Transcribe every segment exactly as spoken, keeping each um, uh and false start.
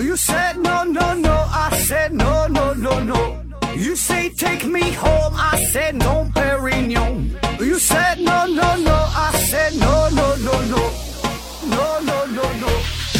You said no, no, no, I said no, no, no, no. You say take me home, I said no, Perignon. You said no, no, no, I said no, no, no, no. No, no, no, no.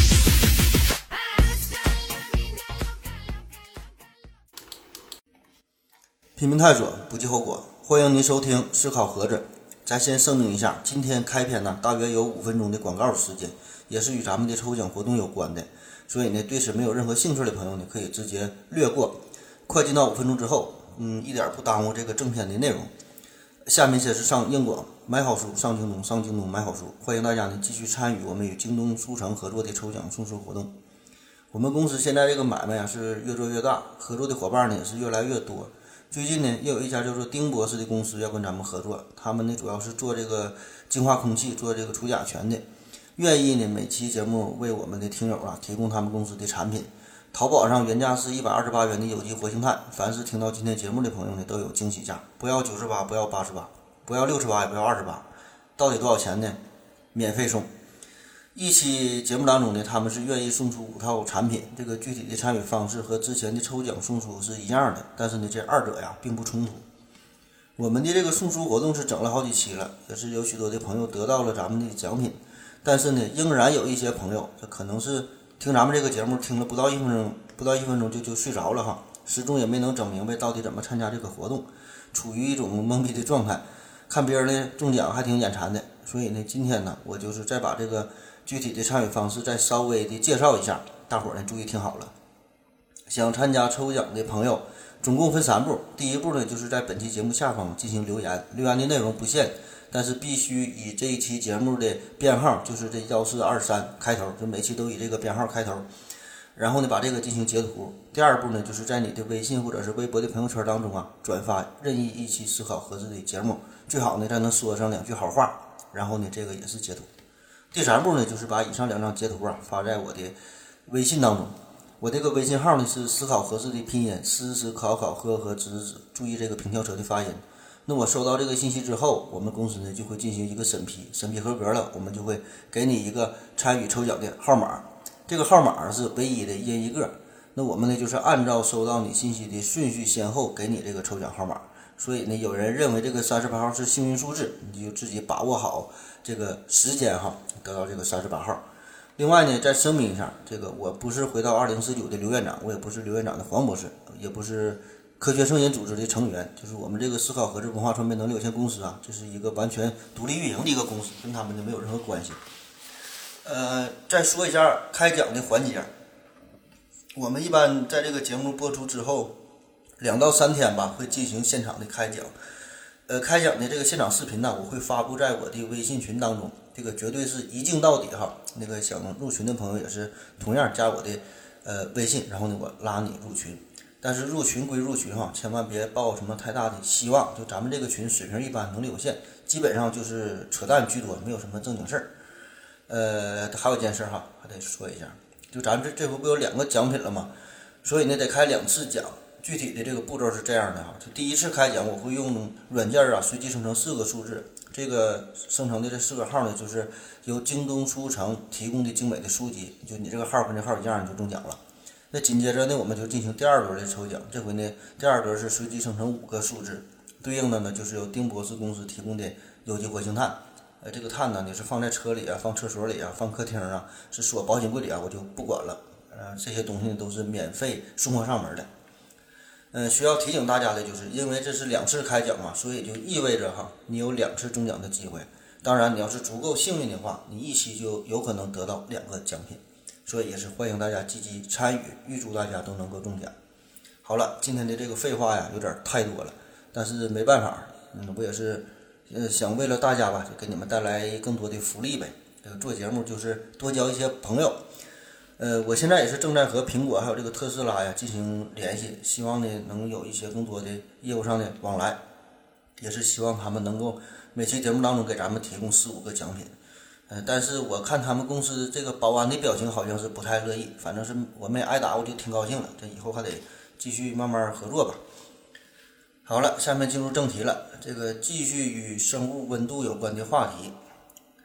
拼命探索，不计后果。欢迎您收听思考盒子。咱先声明一下，今天开篇呢，大约有五分钟的广告时间，也是与咱们的抽奖活动有关的。所以呢，对此没有任何兴趣的朋友呢，可以直接略过。快进到五分钟之后，嗯，一点不耽误这个正片的内容。下面先是上硬广，买好书上京东，上京东买好书。欢迎大家呢继续参与我们与京东书城合作的抽奖送书活动。我们公司现在这个买卖啊是越做越大，合作的伙伴呢也是越来越多。最近呢，又有一家叫做丁博士的公司要跟咱们合作，他们呢主要是做这个净化空气、做这个除甲醛的，愿意呢每期节目为我们的听友啊提供他们公司的产品。淘宝上原价是一百二十八元的有机活性炭，凡是听到今天节目的朋友呢都有惊喜价，不要九十八，不要八十八，不要六十八，也不要二十八，到底多少钱呢？免费送。一期节目当中呢，他们是愿意送出五套产品，这个具体的参与方式和之前的抽奖送书是一样的，但是呢，这二者呀并不冲突。我们的这个送书活动是整了好几期了，也是有许多的朋友得到了咱们的奖品，但是呢，仍然有一些朋友，这可能是听咱们这个节目听了不到一分钟，不到一分钟就就睡着了哈，始终也没能整明白到底怎么参加这个活动，处于一种懵逼的状态，看别人呢中奖还挺眼馋的，所以呢，今天呢，我就是再把这个具体的参与方式再稍微的介绍一下，大伙儿呢注意听好了。想参加抽奖的朋友，总共分三步。第一步呢，就是在本期节目下方进行留言，留言的内容不限，但是必须以这一期节目的编号，就是这一四二三开头，就每期都以这个编号开头。然后呢，把这个进行截图。第二步呢，就是在你的微信或者是微博的朋友圈当中啊，转发任意一期思考盒子的节目，最好呢再能说上两句好话，然后呢，这个也是截图。第三步呢，就是把以上两张截图啊发在我的微信当中。我这个微信号呢是思考盒子的拼音，思思考考呵和子子，注意这个平翘舌的发音。那我收到这个信息之后，我们公司呢就会进行一个审批，审批合格了，我们就会给你一个参与抽奖的号码。这个号码是唯一的，一人一个。那我们呢就是按照收到你信息的顺序先后给你这个抽奖号码。所以呢，有人认为这个三十八号是幸运数字，你就自己把握好这个时间哈，得到这个三十八号。另外呢，再声明一下，这个我不是回到二零四九的刘院长，我也不是刘院长的黄博士，也不是科学声音组织的成员，就是我们这个思考盒子文化传媒能力有限公司啊，这是一个完全独立运营的一个公司，跟他们就没有任何关系。呃，再说一下开奖的环节，我们一般在这个节目播出之后两到三天吧，会进行现场的开奖。呃，开奖的这个现场视频呢，我会发布在我的微信群当中，这个绝对是一镜到底哈。那个想入群的朋友也是同样加我的呃微信，然后呢我拉你入群。但是入群归入群哈，千万别抱什么太大的希望，就咱们这个群水平一般，能力有限，基本上就是扯淡居多，没有什么正经事儿。呃，还有一件事哈，还得说一下，就咱这这回不有两个奖品了吗？所以呢得开两次奖。具体的这个步骤是这样的哈，就第一次开奖我会用软件啊随机生成四个数字，这个生成的这四个号呢，就是由京东书城提供的精美的书籍，就你这个号跟这号一样，你就中奖了。那紧接着呢，我们就进行第二轮的抽奖，这回呢第二轮是随机生成五个数字，对应的呢就是由丁博士公司提供的有机活性炭。呃，这个炭呢你是放在车里啊，放厕所里啊，放客厅啊，是锁保险柜里啊，我就不管了。呃，这些东西都是免费送货上门的。嗯，需要提醒大家的就是，因为这是两次开奖嘛，所以就意味着哈，你有两次中奖的机会。当然，你要是足够幸运的话，你一期就有可能得到两个奖品，所以也是欢迎大家积极参与，预祝大家都能够中奖。好了，今天的这个废话呀，有点太多了，但是没办法，嗯，我也是呃想为了大家吧，就给你们带来更多的福利呗。这个做节目就是多交一些朋友。呃，我现在也是正在和苹果还有这个特斯拉呀进行联系，希望呢能有一些更多的业务上的往来，也是希望他们能够每期节目当中给咱们提供四五个奖品。呃，但是我看他们公司这个保安的表情好像是不太乐意，反正是我没挨打，我就挺高兴了。这以后还得继续慢慢合作吧。好了，下面进入正题了，这个继续与生物温度有关的话题。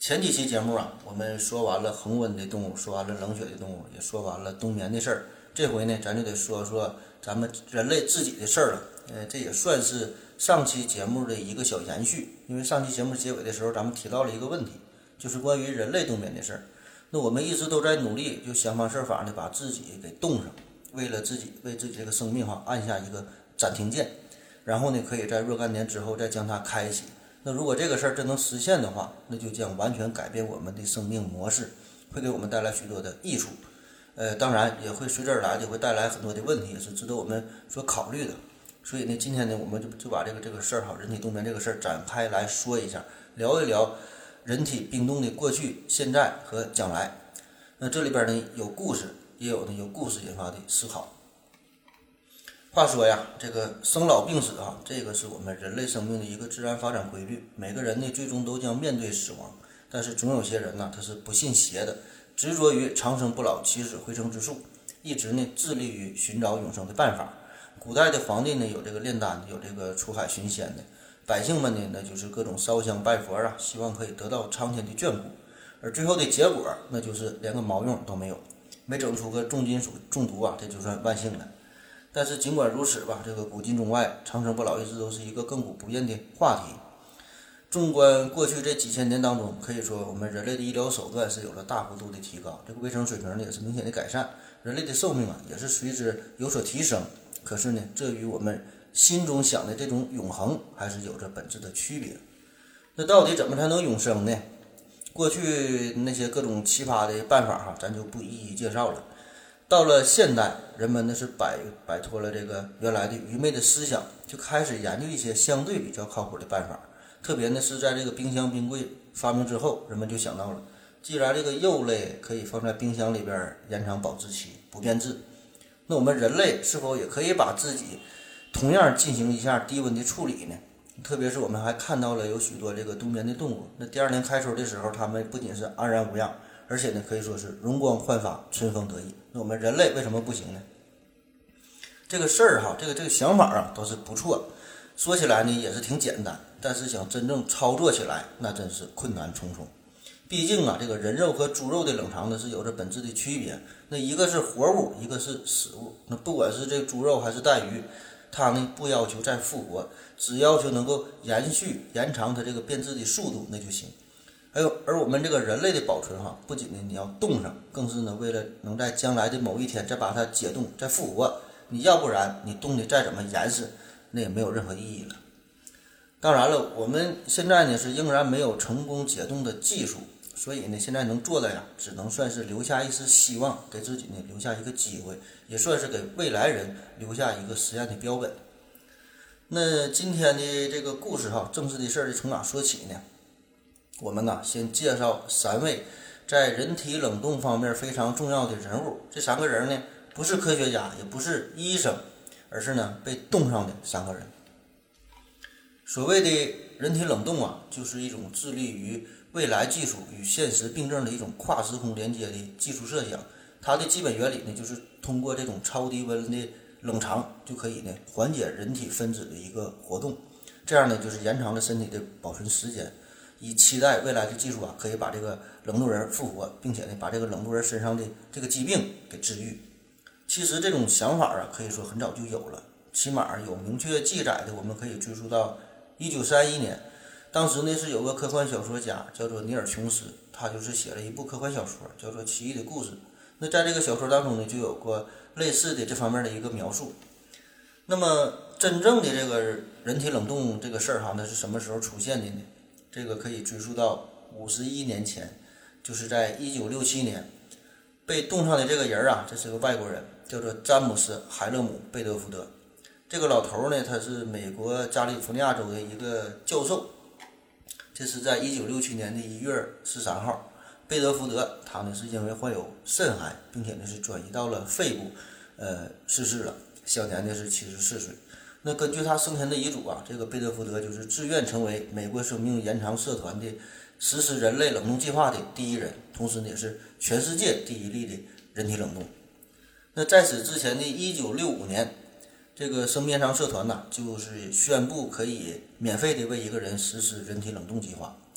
前几期节目啊，我们说完了恒温的动物，说完了冷血的动物，也说完了冬眠的事儿。这回呢，咱就得说说咱们人类自己的事儿了。呃，这也算是上期节目的一个小延续。因为上期节目结尾的时候，咱们提到了一个问题，就是关于人类冬眠的事儿。那我们一直都在努力，就想方设法的把自己给冻上，为了自己为自己这个生命哈按下一个暂停键，然后呢，可以在若干年之后再将它开启。那如果这个事儿真能实现的话，那就将完全改变我们的生命模式，会给我们带来许多的益处。呃，当然也会随之而来的会带来很多的问题，也是值得我们所考虑的。所以呢，今天呢，我们就就把这个这个事儿哈，人体冬眠这个事儿展开来说一下，聊一聊人体冰冻的过去、现在和将来。那这里边呢有故事，也有呢由故事引发的思考。话说呀，这个生老病死啊，这个是我们人类生命的一个自然发展规律。每个人呢，最终都将面对死亡，但是总有些人呢，他是不信邪的，执着于长生不老、起死回生之术，一直呢致力于寻找永生的办法。古代的皇帝呢，有这个炼丹的，有这个出海寻仙的；百姓们呢，那就是各种烧香拜佛啊，希望可以得到苍天的眷顾。而最后的结果，那就是连个毛用都没有，没整出个重金属中毒啊，这就算万幸了。但是尽管如此吧，这个古今中外，长生不老一直都是一个亘古不变的话题。纵观过去这几千年当中，可以说我们人类的医疗手段是有了大幅度的提高，这个卫生水平呢也是明显的改善，人类的寿命啊也是随之有所提升。可是呢，这与我们心中想的这种永恒还是有着本质的区别。那到底怎么才能永生呢？过去那些各种奇葩的办法哈，咱就不一一介绍了。到了现代，人们呢是摆摆脱了这个原来的愚昧的思想，就开始研究一些相对比较靠谱的办法。特别呢是在这个冰箱冰柜发明之后，人们就想到了，既然这个肉类可以放在冰箱里边延长保质期不变质，那我们人类是否也可以把自己同样进行一下低温的处理呢？特别是我们还看到了有许多这个冬眠的动物，那第二年开春的时候，它们不仅是安然无恙，而且呢可以说是容光焕发、春风得意。那我们人类为什么不行呢？这个事儿哈，这个这个想法啊都是不错，说起来呢也是挺简单，但是想真正操作起来，那真是困难重重。毕竟啊，这个人肉和猪肉的冷藏呢是有着本质的区别，那一个是活物，一个是死物。那不管是这个猪肉还是带鱼，它呢不要求再复活，只要求能够延续延长它这个变质的速度，那就行。还有，而我们这个人类的保存哈，不仅呢你要冻上，更是呢为了能在将来的某一天再把它解冻再复活，你要不然你冻的再怎么严实，那也没有任何意义了。当然了，我们现在呢是仍然没有成功解冻的技术，所以呢现在能做的呀，只能算是留下一丝希望，给自己呢留下一个机会，也算是给未来人留下一个实验的标本。那今天的这个故事哈，正式的事儿从哪说起呢？我们呢先介绍三位在人体冷冻方面非常重要的人物。这三个人呢不是科学家，也不是医生，而是呢被冻上的三个人。所谓的人体冷冻啊，就是一种致力于未来技术与现实并证的一种跨时空连接的技术设想。它的基本原理呢，就是通过这种超低温的冷藏，就可以呢缓解人体分子的一个活动，这样呢就是延长了身体的保存时间，以期待未来的技术啊可以把这个冷冻人复活，并且呢把这个冷冻人身上的这个疾病给治愈。其实这种想法啊，可以说很早就有了，起码有明确记载的，我们可以追溯到一九三一年。当时呢是有个科幻小说家叫做尼尔琼斯，他就是写了一部科幻小说叫做《奇异的故事》。那在这个小说当中呢，就有过类似的这方面的一个描述。那么真正的这个人体冷冻这个事儿哈，那是什么时候出现的呢？这个可以追溯到五十一年前，就是在一九六七年，被冻上的这个人啊，这是个外国人，叫做詹姆斯·海勒姆·贝德福德。这个老头呢，他是美国加利福尼亚州的一个教授。这是在一九六七年的一月十三号，贝德福德他呢是因为患有肾癌，并且呢是转移到了肺部，呃逝世了，享年的是七十四岁。那根据他生前的遗嘱啊，这个贝德福德就是自愿成为美国生命延长社团的实施人类冷冻计划的第一人，同时呢也是全世界第一例的人体冷冻。那在此之前的一九六五年，这个生命延长社团呢就是宣布可以免费的为一个人实施人体冷冻计划。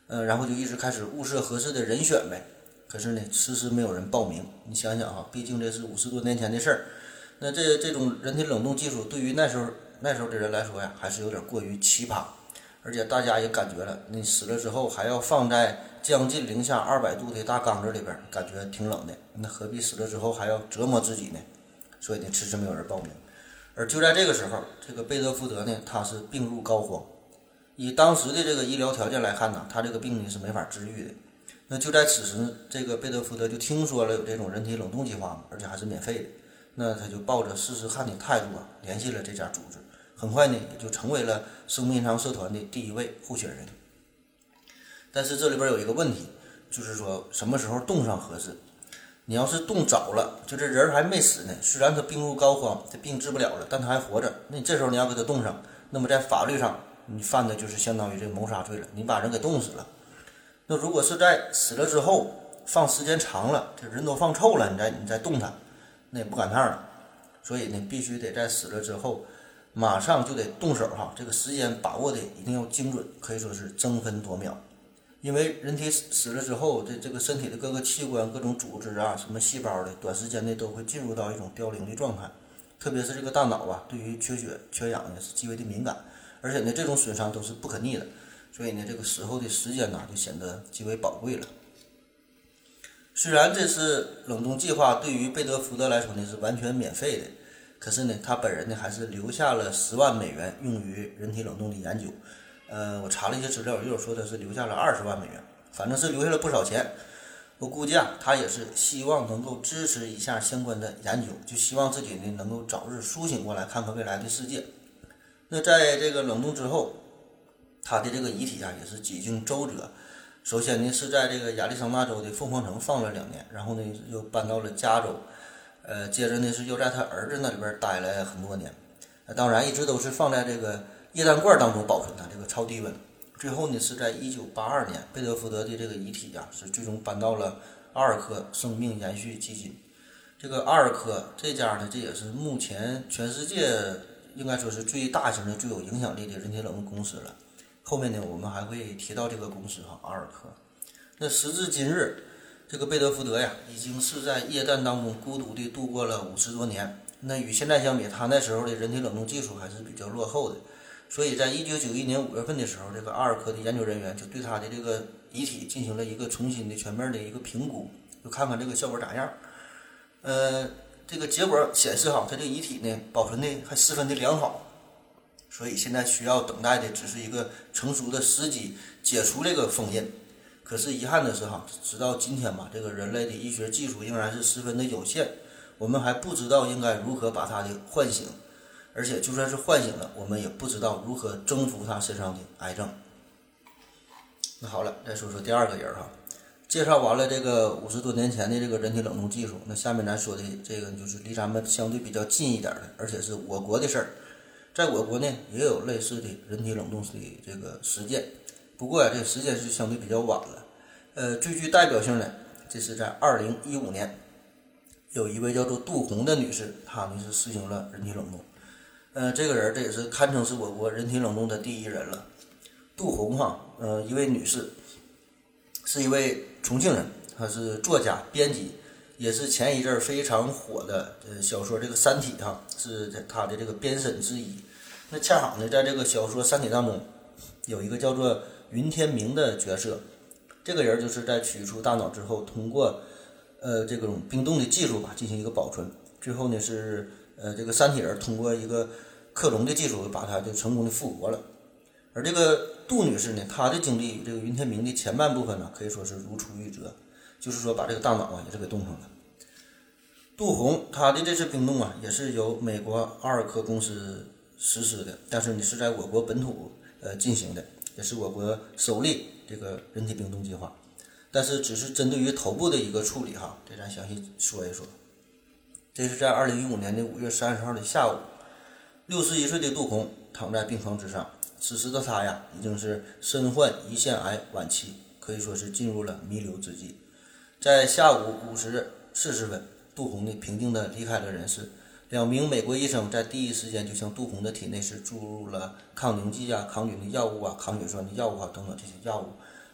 呃，然后就一直开始物色合适的人选呗。可是呢，迟迟没有人报名。你想想啊，毕竟这是五十多年前的事儿，那这这种人体冷冻技术对于那时候那时候的人来说呀，还是有点过于奇葩。而且大家也感觉了，你死了之后还要放在将近零下二百度的大缸子里边，感觉挺冷的，那何必死了之后还要折磨自己呢？所以呢，迟迟没有人报名。而就在这个时候，这个贝德福德呢，他是病入膏肓。以当时的这个医疗条件来看呢，他这个病呢是没法治愈的。那就在此时，这个贝德福德就听说了有这种人体冷冻计划，而且还是免费的。那他就抱着试试看的态度啊，联系了这家组织。很快呢，也就成为了生命长社团的第一位候选人。但是这里边有一个问题，就是说什么时候冻上合适？你要是冻早了，就这人还没死呢，虽然他病入膏肓，这病治不了了，但他还活着，那你这时候你要给他冻上，那么在法律上你犯的就是相当于这个谋杀罪了，你把人给冻死了。那如果是在死了之后，放时间长了，这人都放臭了，你再你再冻他，那也不赶趟了。所以呢，必须得在死了之后马上就得动手哈，这个时间把握的一定要精准，可以说是争分夺秒。因为人体死了之后，这这个身体的各个器官、各种组织啊，什么细胞的，短时间内都会进入到一种凋零的状态。特别是这个大脑啊，对于缺血、缺氧呢是极为的敏感，而且呢，这种损伤都是不可逆的。所以呢，这个死后的时间呢，就显得极为宝贵了。虽然这次冷冻计划对于贝德福德来说呢是完全免费的，可是呢，他本人呢还是留下了十万美元用于人体冷冻的研究。呃，我查了一些资料，也有说的是留下了二十万美元，反正是留下了不少钱。我估计啊，他也是希望能够支持一下相关的研究，就希望自己呢能够早日苏醒过来，看看未来的世界。那在这个冷冻之后，他的这个遗体啊也是几经周折。首先呢是在这个亚利桑那州的凤凰城放了两年，然后呢又搬到了加州。呃，接着呢是又在他儿子那里边待了很多年，呃，当然一直都是放在这个液氮罐当中保存的，这个超低温。最后呢是在一九八二年，贝德福德的这个遗体啊是最终搬到了阿尔科生命延续基金。这个阿尔科这家呢，这也是目前全世界应该说是最大型的、最有影响力的人体冷冻公司了。后面呢我们还会提到这个公司哈，阿尔科。那时至今日，这个贝德福德呀，已经是在液氮当中孤独地度过了五十多年。那与现在相比，他那时候的人体冷冻技术还是比较落后的。所以在一九九一年五月份的时候，这个阿尔科的研究人员就对他的这个遗体进行了一个重新的全面的一个评估，就看看这个效果咋样。呃，这个结果显示哈，他这个遗体呢保存的还十分的良好。所以现在需要等待的只是一个成熟的时机，解除这个封印。可是遗憾的是哈，直到今天吧，这个人类的医学技术仍然是十分的有限，我们还不知道应该如何把它的唤醒，而且就算是唤醒了，我们也不知道如何征服它身上的癌症。那好了，再说说第二个人哈，介绍完了这个五十多年前的这个人体冷冻技术，那下面咱说的这个就是离咱们相对比较近一点的，而且是我国的事儿。在我国呢，也有类似的人体冷冻的这个实践，不过呀，这个时间是相对比较晚了。呃，最具代表性的，这是在二零一五年，有一位叫做杜红的女士，她呢是实行了人体冷冻。呃，这个人这也是堪称是我国人体冷冻的第一人了。杜红哈，呃，一位女士，是一位重庆人，她是作家、编辑。也是前一阵非常火的呃小说《这个三体》哈，是他的这个编审之一。那恰好呢，在这个小说《三体》当中，有一个叫做云天明的角色。这个人就是在取出大脑之后，通过呃这种冰冻的技术吧，进行一个保存。最后呢是呃这个三体人通过一个克隆的技术，把他就成功的复活了。而这个杜女士呢，她的经历与这个云天明的前半部分呢，可以说是如出一辙。就是说把这个大脑啊也是给冻上了。杜红他的这次冰冻啊也是由美国阿尔科公司实施的，但是你是在我国本土呃进行的，也是我国首例这个人体冰冻计划，但是只是针对于头部的一个处理哈，这咱详细说一说。这是在二零一五年的五月三十号的下午，六十一岁的杜红躺在病床之上，此时的他呀已经是身患胰腺癌晚期，可以说是进入了弥留之际。在下午五时四十分，杜红呢平静地离开了人世。两名美国医生在第一时间就向杜红的体内是注入了抗凝剂啊、抗菌的药物啊、抗血栓的药物啊等等这些药物，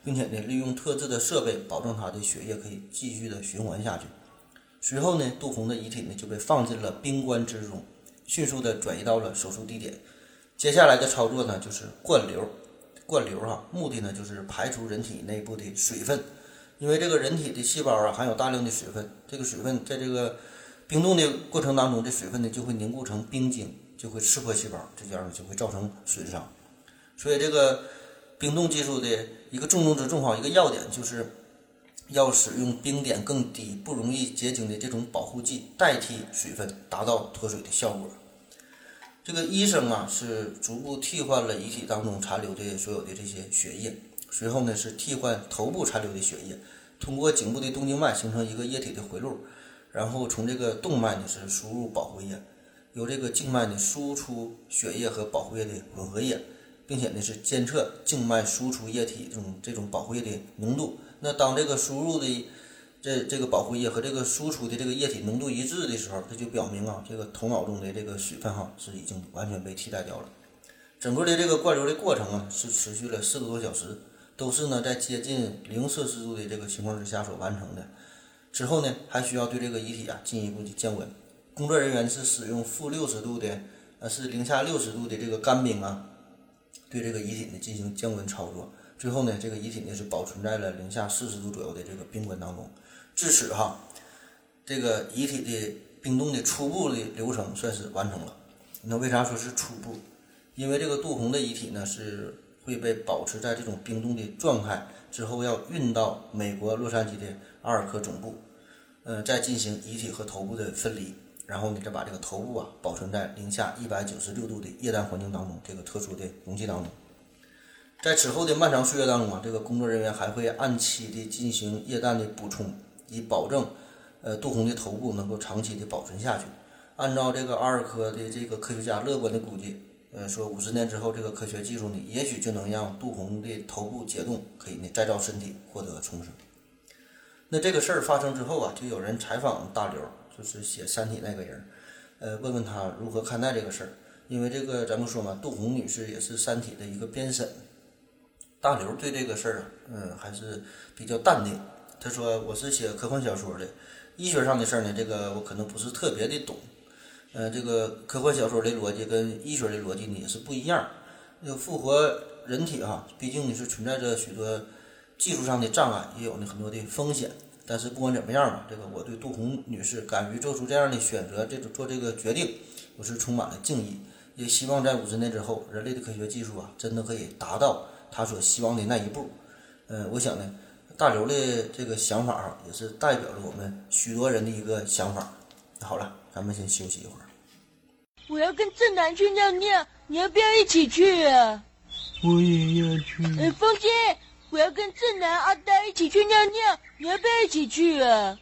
并且呢利用特制的设备保证他的血液可以继续的循环下去。随后呢，杜红的遗体呢就被放进了冰棺之中，迅速的转移到了手术地点。接下来的操作呢就是灌流，灌流哈、啊，目的呢就是排除人体内部的水分，因为这个人体的细胞啊含有大量的水分，这个水分在这个冰冻的过程当中，这水分呢就会凝固成冰晶，就会刺破细胞，这样就会造成损伤。所以这个冰冻技术的一个重中之重哈，一个要点就是要使用冰点更低、不容易结晶的这种保护剂代替水分，达到脱水的效果。这个医生啊是逐步替换了遗体当中残留的所有的这些血液，随后呢是替换头部残留的血液，通过颈部的动静脉形成一个液体的回路，然后从这个动脉呢是输入保护液，由这个静脉呢输出血液和保护液的混合液，并且呢是监测静脉输出液体这种这种保护液的浓度。那当这个输入的这这个保护液和这个输出的这个液体浓度一致的时候，这就表明啊，这个头脑中的这个水分哈是已经完全被替代掉了。整个的这个灌流的过程啊是持续了四个多小时，都是呢在接近零摄氏度的这个情况之下所完成的。之后呢还需要对这个遗体啊进一步的降温，工作人员是使用负六十度的呃是零下六十度的这个干冰啊，对这个遗体呢进行降温操作。最后呢，这个遗体呢是保存在了零下四十度左右的这个冰棺当中。至此哈，这个遗体的冰冻的初步的流程算是完成了。那为啥说是初步？因为这个杜红的遗体呢是会被保持在这种冰冻的状态，之后要运到美国洛杉矶的阿尔科总部，呃，再进行遗体和头部的分离，然后呢再把这个头部啊保存在零下一百九十六度的液氮环境当中，这个特殊的容器当中。在此后的漫长岁月当中啊，这个工作人员还会按期的进行液氮的补充，以保证呃杜红的头部能够长期的保存下去。按照这个阿尔科的这个科学家乐观的估计，呃说五十年之后，这个科学技术呢，也许就能让杜红的头部解冻，可以呢再造身体，获得重生。那这个事儿发生之后啊，就有人采访大刘，就是写《三体》那个人，呃问问他如何看待这个事儿，因为这个咱们说嘛，杜红女士也是《三体》的一个编审。大刘对这个事儿啊，嗯，还是比较淡定。他说：“我是写科幻小说的，医学上的事儿呢，这个我可能不是特别的懂。呃，这个科幻小说的逻辑跟医学的逻辑呢也是不一样。那复活人体哈、啊，毕竟呢是存在着许多技术上的障碍，也有呢很多的风险。但是不管怎么样吧，这个我对杜红女士敢于做出这样的选择，这种做这个决定，我是充满了敬意。也希望在五十年之后，人类的科学技术啊，真的可以达到他所希望的那一步。嗯、呃，我想呢，大刘的这个想法啊，也是代表了我们许多人的一个想法。好了，咱们先休息一会儿。 我要跟正南去尿尿，你要不要一起去啊？ 我也要去。 呃，风姐，我要跟正南、阿呆一起去尿尿，你要不要一起去啊？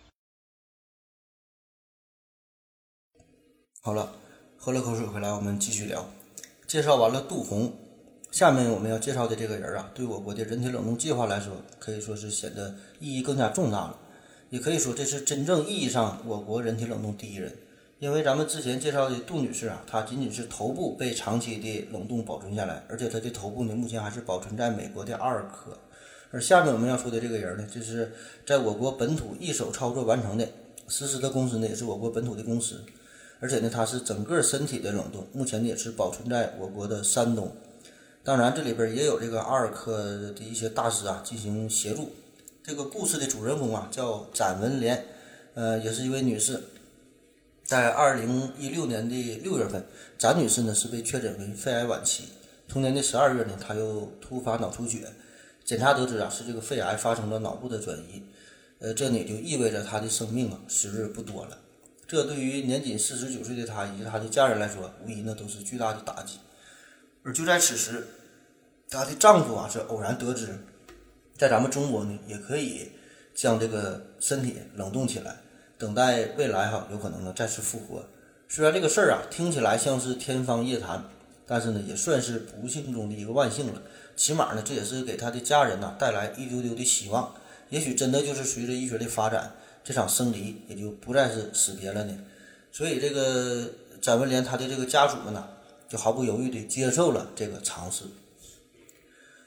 好了，喝了口水回来，我们继续聊。介绍完了杜红，下面我们要介绍的这个人啊，对我国的人体冷冻计划来说，可以说是显得意义更加重大了。也可以说这是真正意义上我国人体冷冻第一人。因为咱们之前介绍的杜女士啊，她仅仅是头部被长期的冷冻保存下来，而且她的头部呢，目前还是保存在美国的阿尔科。而下面我们要说的这个人呢，就是在我国本土一手操作完成的，实施的公司呢也是我国本土的公司，而且呢它是整个身体的冷冻，目前呢也是保存在我国的山东。当然这里边也有这个阿尔科的一些大师啊进行协助。这个故事的主人公啊叫展文莲，呃，也是一位女士。在二零一六年的六月份，展女士呢是被确诊为肺癌晚期。同年的十二月呢，她又突发脑出血，检查得知啊是这个肺癌发生了脑部的转移，呃，这呢也就意味着她的生命啊时日不多了。这对于年仅四十九岁的她以及她的家人来说，无疑呢都是巨大的打击。而就在此时，她的丈夫啊是偶然得知，在咱们中国呢也可以将这个身体冷冻起来，等待未来哈有可能呢再次复活。虽然这个事儿啊听起来像是天方夜谭，但是呢也算是不幸中的一个万幸了。起码呢这也是给他的家人呢带来一丢丢的希望。也许真的就是随着医学的发展，这场生离也就不再是死别了呢。所以这个展文莲他的这个家属们呢就毫不犹豫地接受了这个尝试。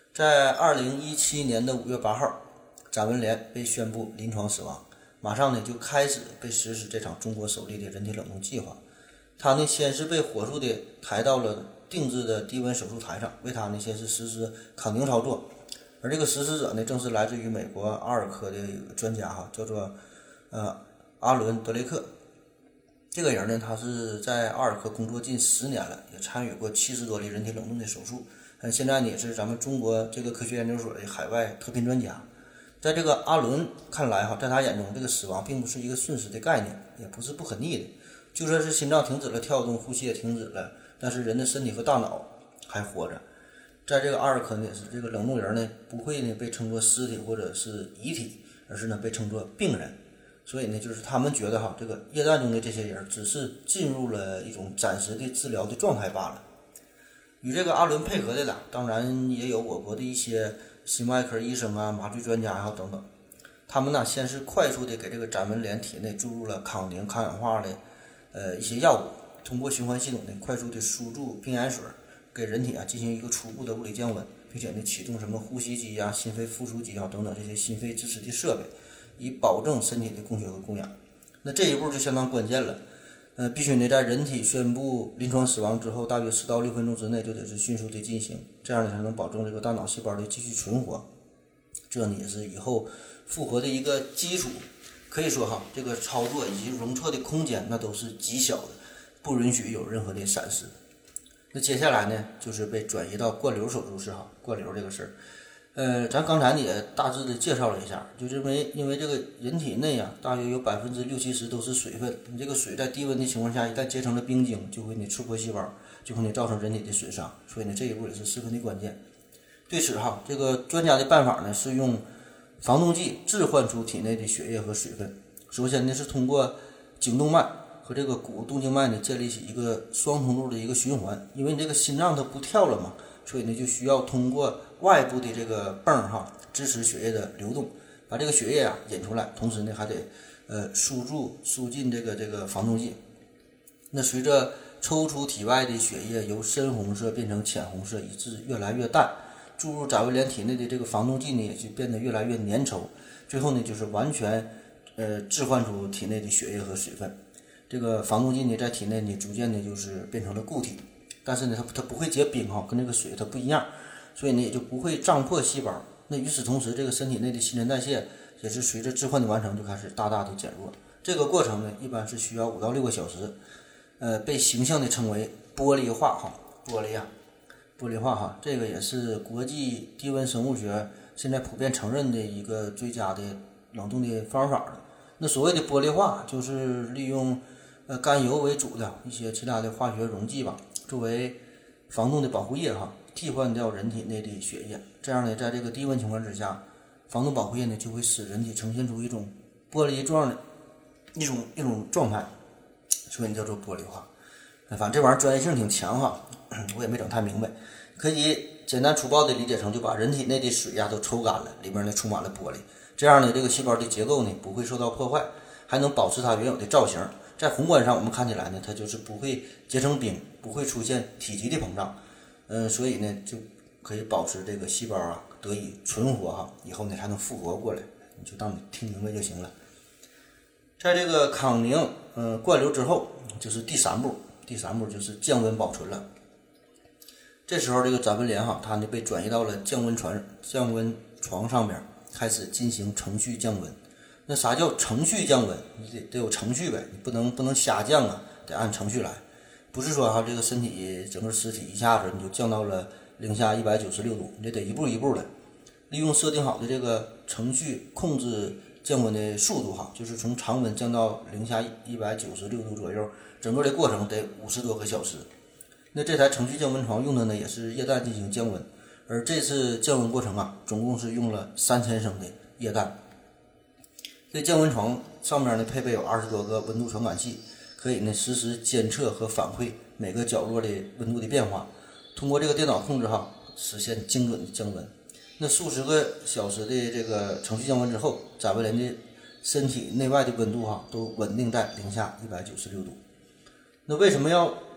在二零一七年的五月八号，展文莲被宣布临床死亡，马上呢就开始被实施这场中国首例的人体冷冻计划。他呢先是被火速的抬到了定制的低温手术台上，为他呢先是实施康宁操作。而这个实施者呢正是来自于美国阿尔科的一个专家哈，叫做呃阿伦德雷克。这个人呢，他是在阿尔科工作近十年了，也参与过七十多例人体冷冻的手术。嗯，现在呢也是咱们中国这个科学研究所的海外特聘专家。在这个阿伦看来哈，在他眼中，这个死亡并不是一个瞬时的概念，也不是不可逆的。就算是心脏停止了跳动，呼吸也停止了，但是人的身体和大脑还活着。在这个阿尔科呢，是这个冷冻人呢不会呢被称作尸体或者是遗体，而是呢被称作病人。所以呢，就是他们觉得哈，这个液氮中的这些人只是进入了一种暂时的治疗的状态罢了。与这个阿伦配合的呢，当然也有我国的一些心外科医生啊、麻醉专家啊等等。他们呢，先是快速的给这个展文莲体内注入了康宁、抗氧化的呃一些药物，通过循环系统呢，快速的输注冰盐水，给人体啊进行一个初步的物理降温，并且呢启动什么呼吸机啊、心肺复苏机啊等等这些心肺支持的设备。以保证身体的供血和供氧。那这一步就相当关键了，呃，必须呢在人体宣布临床死亡之后，大约四到六分钟之内就得是迅速的进行，这样呢才能保证这个大脑细胞的继续存活。这呢也是以后复活的一个基础。可以说哈，这个操作以及容错的空间那都是极小的，不允许有任何的闪失。那接下来呢，就是被转移到灌流手术室哈，灌流这个事儿。呃，咱刚才也大致的介绍了一下，就因为因为这个人体内啊，大约有百分之六七十都是水分，你这个水在低温的情况下，一旦结成了冰晶，就会你刺破细胞，就会你造成人体的损伤，所以呢，这一步也是十分的关键。对此哈，这个专家的办法呢是用防冻剂置换出体内的血液和水分。首先呢是通过颈动脉和这个股动静脉呢建立起一个双通路的一个循环，因为你这个心脏它不跳了嘛，所以呢就需要通过外部的这个泵哈支持血液的流动，把这个血液啊引出来，同时呢还得呃输注输进这个这个防冻剂。那随着抽出体外的血液由深红色变成浅红色，以致越来越淡，注入展文莲体内的这个防冻剂呢也就变得越来越粘稠，最后呢就是完全呃置换出体内的血液和水分。这个防冻剂呢在体内呢逐渐的就是变成了固体，但是呢它它不会结冰哈，跟这个水它不一样，所以呢也就不会胀破细胞。那与此同时，这个身体内的新陈代谢也是随着置换的完成就开始大大的减弱。这个过程呢一般是需要五到六个小时，呃被形象的称为玻璃化哈，玻璃啊玻璃化哈，这个也是国际低温生物学现在普遍承认的一个最佳的冷冻的方法了。那所谓的玻璃化就是利用呃甘油为主的一些其他的化学溶剂吧，作为防冻的保护液哈，替换掉人体内的血液。这样呢，在这个低温情况之下，防冻保护液呢就会使人体呈现出一种玻璃状的一种一种状态，所以叫做玻璃化。反正这玩意儿专业性挺强哈，我也没整太明白。可以简单粗暴的理解成，就把人体内的水呀都抽干了，里面呢充满了玻璃。这样呢，这个细胞的结构呢不会受到破坏，还能保持它原有的造型。在宏观上我们看起来呢，它就是不会结成冰，不会出现体积的膨胀。嗯、呃，所以呢就可以保持这个细胞啊得以存活哈，以后呢还能复活过来。你就当你听明白就行了。在这个康宁嗯、呃、灌流之后，就是第三步，第三步就是降温保存了。这时候这个展文莲哈，它呢被转移到了降温床降温床上边，开始进行程序降温。那啥叫程序降温？你得得有程序呗，你不能不能瞎降啊，得按程序来。不是说哈这个身体整个尸体一下子你就降到了零下一百九十六度，你得一步一步的利用设定好的这个程序控制降温的速度哈，就是从常温降到零下一百九十六度左右，整个的过程得五十多个小时。那这台程序降温床用的呢也是液氮进行降温，而这次降温过程啊，总共是用了三千升的液氮。这降温床上面呢配备有二十多个温度传感器，可以呢实时监测和反馈每个角落的温度的变化，通过这个电脑控制哈，实现精准的降温。那数十个小时的这个程序降温之后，展文莲的身体内外的温度哈都稳定在零下一百九十六度。那为什么要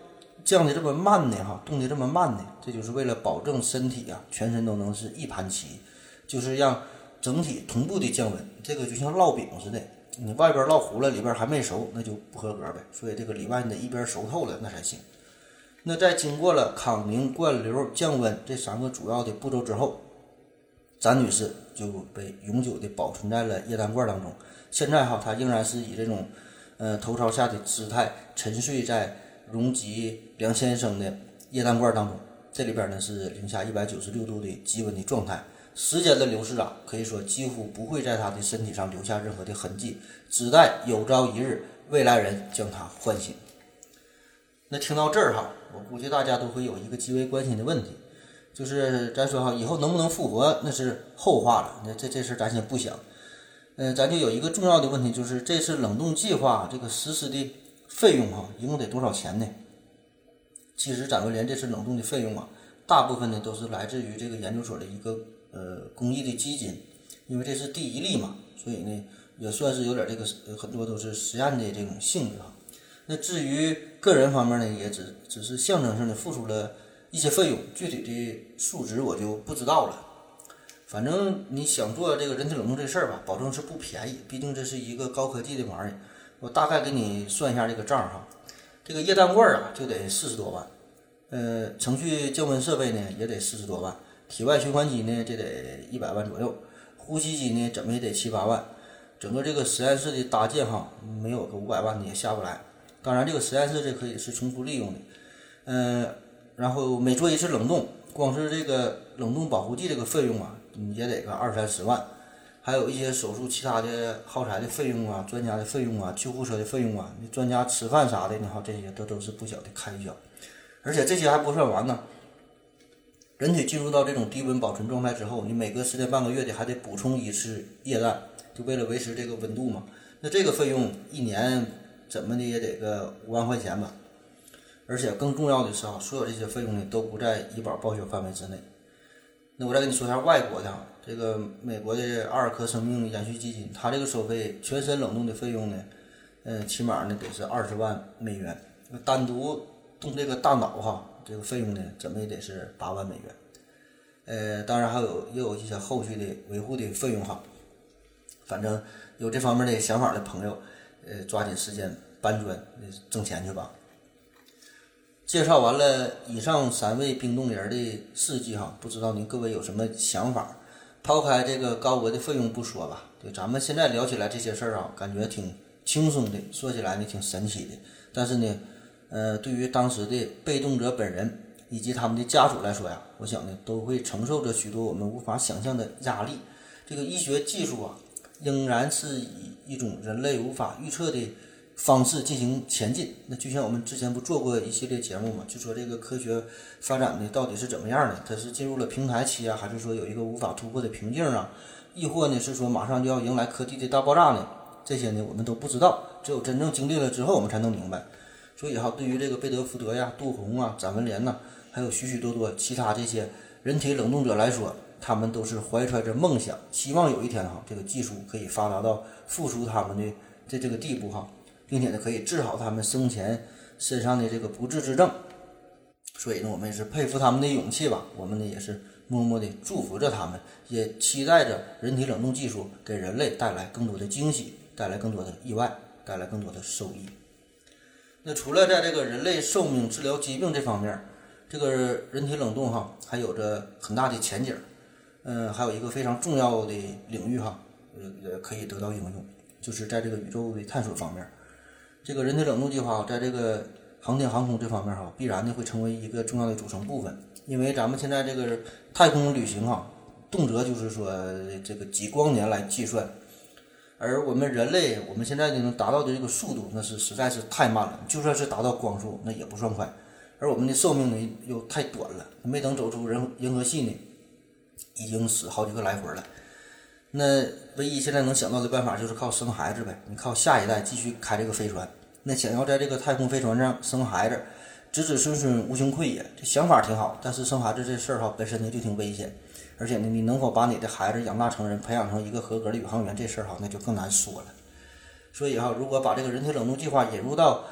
降的这么慢呢哈，动的这么慢呢，这就是为了保证身体啊全身都能是一盘棋，就是让整体同步的降温。这个就像烙饼似的，你外边烙糊了，里边还没熟，那就不合格呗。所以这个里外你得一边熟透了那才行。那在经过了康宁、灌流、降温这三个主要的步骤之后，詹女士就被永久的保存在了液氮罐当中。现在哈，她仍然是以这种呃头朝下的姿态沉睡在容积两千升的液氮罐当中，这里边呢是零下一百九十六度的极温的状态。时间的流逝啊，可以说几乎不会在她的身体上留下任何的痕迹，只待有朝一日未来人将她唤醒。那听到这儿哈，我估计大家都会有一个极为关心的问题，就是咱说哈，以后能不能复活那是后话了，那这这事咱先不想。呃，咱就有一个重要的问题，就是这次冷冻计划这个实施的费用哈，一共得多少钱呢？其实咱们连这次冷冻的费用啊，大部分呢都是来自于这个研究所的一个呃公益的基金，因为这是第一例嘛，所以呢也算是有点这个很多都是实验的这种性质哈。那至于个人方面呢，也只只是象征性的付出了一些费用，具体的数值我就不知道了。反正你想做这个人体冷冻这事儿吧，保证是不便宜，毕竟这是一个高科技的玩意儿。我大概给你算一下这个账哈，这个液氮罐啊就得四十多万，呃，程序降温设备呢也得四十多万，体外循环机呢这得一百万左右，呼吸机呢怎么也得七八万，整个这个实验室的搭建哈，没有个五百万的也下不来。当然，这个实验室这可以是重复利用的，嗯、呃，然后每做一次冷冻，光是这个冷冻保护剂这个费用啊，也得个二三十万，还有一些手术其他的耗材的费用啊，专家的费用啊，救护车的费用啊，你专家吃饭啥的，你好，这些都都是不小的开销。而且这些还不算完呢，人体进入到这种低温保存状态之后，你每隔十天半个月的还得补充一次液氮，就为了维持这个温度嘛。那这个费用一年怎么的也得个五万块钱吧，而且更重要的是啊，所有这些费用呢都不在医保报销范围之内。那我再跟你说一下外国的啊，这个美国的阿尔科生命延续基金，它这个收费全身冷冻的费用呢，呃，起码呢得是二十万美元，单独冻这个大脑哈，这个费用呢怎么也得是八万美元。呃，当然还有也有一些后续的维护的费用哈，反正有这方面的想法的朋友。呃，抓紧时间搬砖挣钱去吧。介绍完了以上三位冰冻人的事迹哈，不知道您各位有什么想法？抛开这个高额的费用不说吧，对，咱们现在聊起来这些事儿啊，感觉挺轻松的，说起来呢挺神奇的。但是呢，呃，对于当时的被冻者本人以及他们的家属来说呀，我想呢都会承受着许多我们无法想象的压力。这个医学技术啊，仍然是以一种人类无法预测的方式进行前进。那就像我们之前不做过一系列节目嘛，就说这个科学发展的到底是怎么样的，它是进入了平台期啊，还是说有一个无法突破的瓶颈啊，亦或呢是说马上就要迎来科技的大爆炸呢？这些呢我们都不知道，只有真正经历了之后我们才能明白。所以哈，对于这个贝德福德呀、杜洪啊、展文莲呐，还有许许多多其他这些人体冷冻者来说，他们都是怀揣着梦想，希望有一天哈，这个技术可以发达到复苏他们的这这个地步哈，并且呢可以治好他们生前身上的这个不治之症。所以呢，我们也是佩服他们的勇气吧，我们呢也是默默的祝福着他们，也期待着人体冷冻技术给人类带来更多的惊喜，带来更多的意外，带来更多的收益。那除了在这个人类寿命、治疗疾病这方面，这个人体冷冻哈还有着很大的前景。嗯，还有一个非常重要的领域哈，呃，可以得到应用，就是在这个宇宙的探索方面。这个人体冷冻计划在这个航天航空这方面哈，必然的会成为一个重要的组成部分。因为咱们现在这个太空旅行哈，动辄就是说这个几光年来计算，而我们人类我们现在能达到的这个速度，那是实在是太慢了，就算是达到光速，那也不算快。而我们的寿命呢又太短了，没等走出人银河系呢，已经死好几个来回了。那唯一现在能想到的办法就是靠生孩子呗，你靠下一代继续开这个飞船。那想要在这个太空飞船上生孩子，子子孙孙无穷匮也，这想法挺好，但是生孩子这事儿哈本身呢就挺危险，而且呢你能否把你的孩子养大成人，培养成一个合格的宇航员，这事儿哈那就更难说了。所以哈，如果把这个人体冷冻计划引入到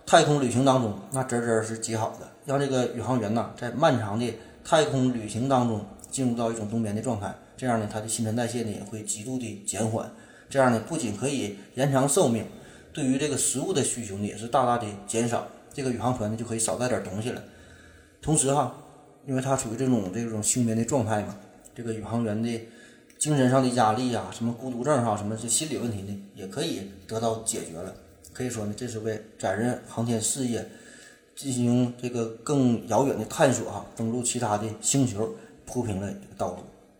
太空旅行当中，那真真是极好的，让这个宇航员呐在漫长的太空旅行当中进入到一种冬眠的状态，这样呢，它的新陈代谢呢也会极度的减缓，这样呢不仅可以延长寿命，对于这个食物的需求呢也是大大的减少，这个宇航船呢就可以少带点东西了。同时哈，因为它处于这种这种休眠的状态嘛，这个宇航员的精神上的压力啊，什么孤独症哈，什么这心理问题呢，也可以得到解决了。可以说呢，这是为载人航天事业进行这个更遥远的探索哈，登陆其他的星球铺平了一个道路。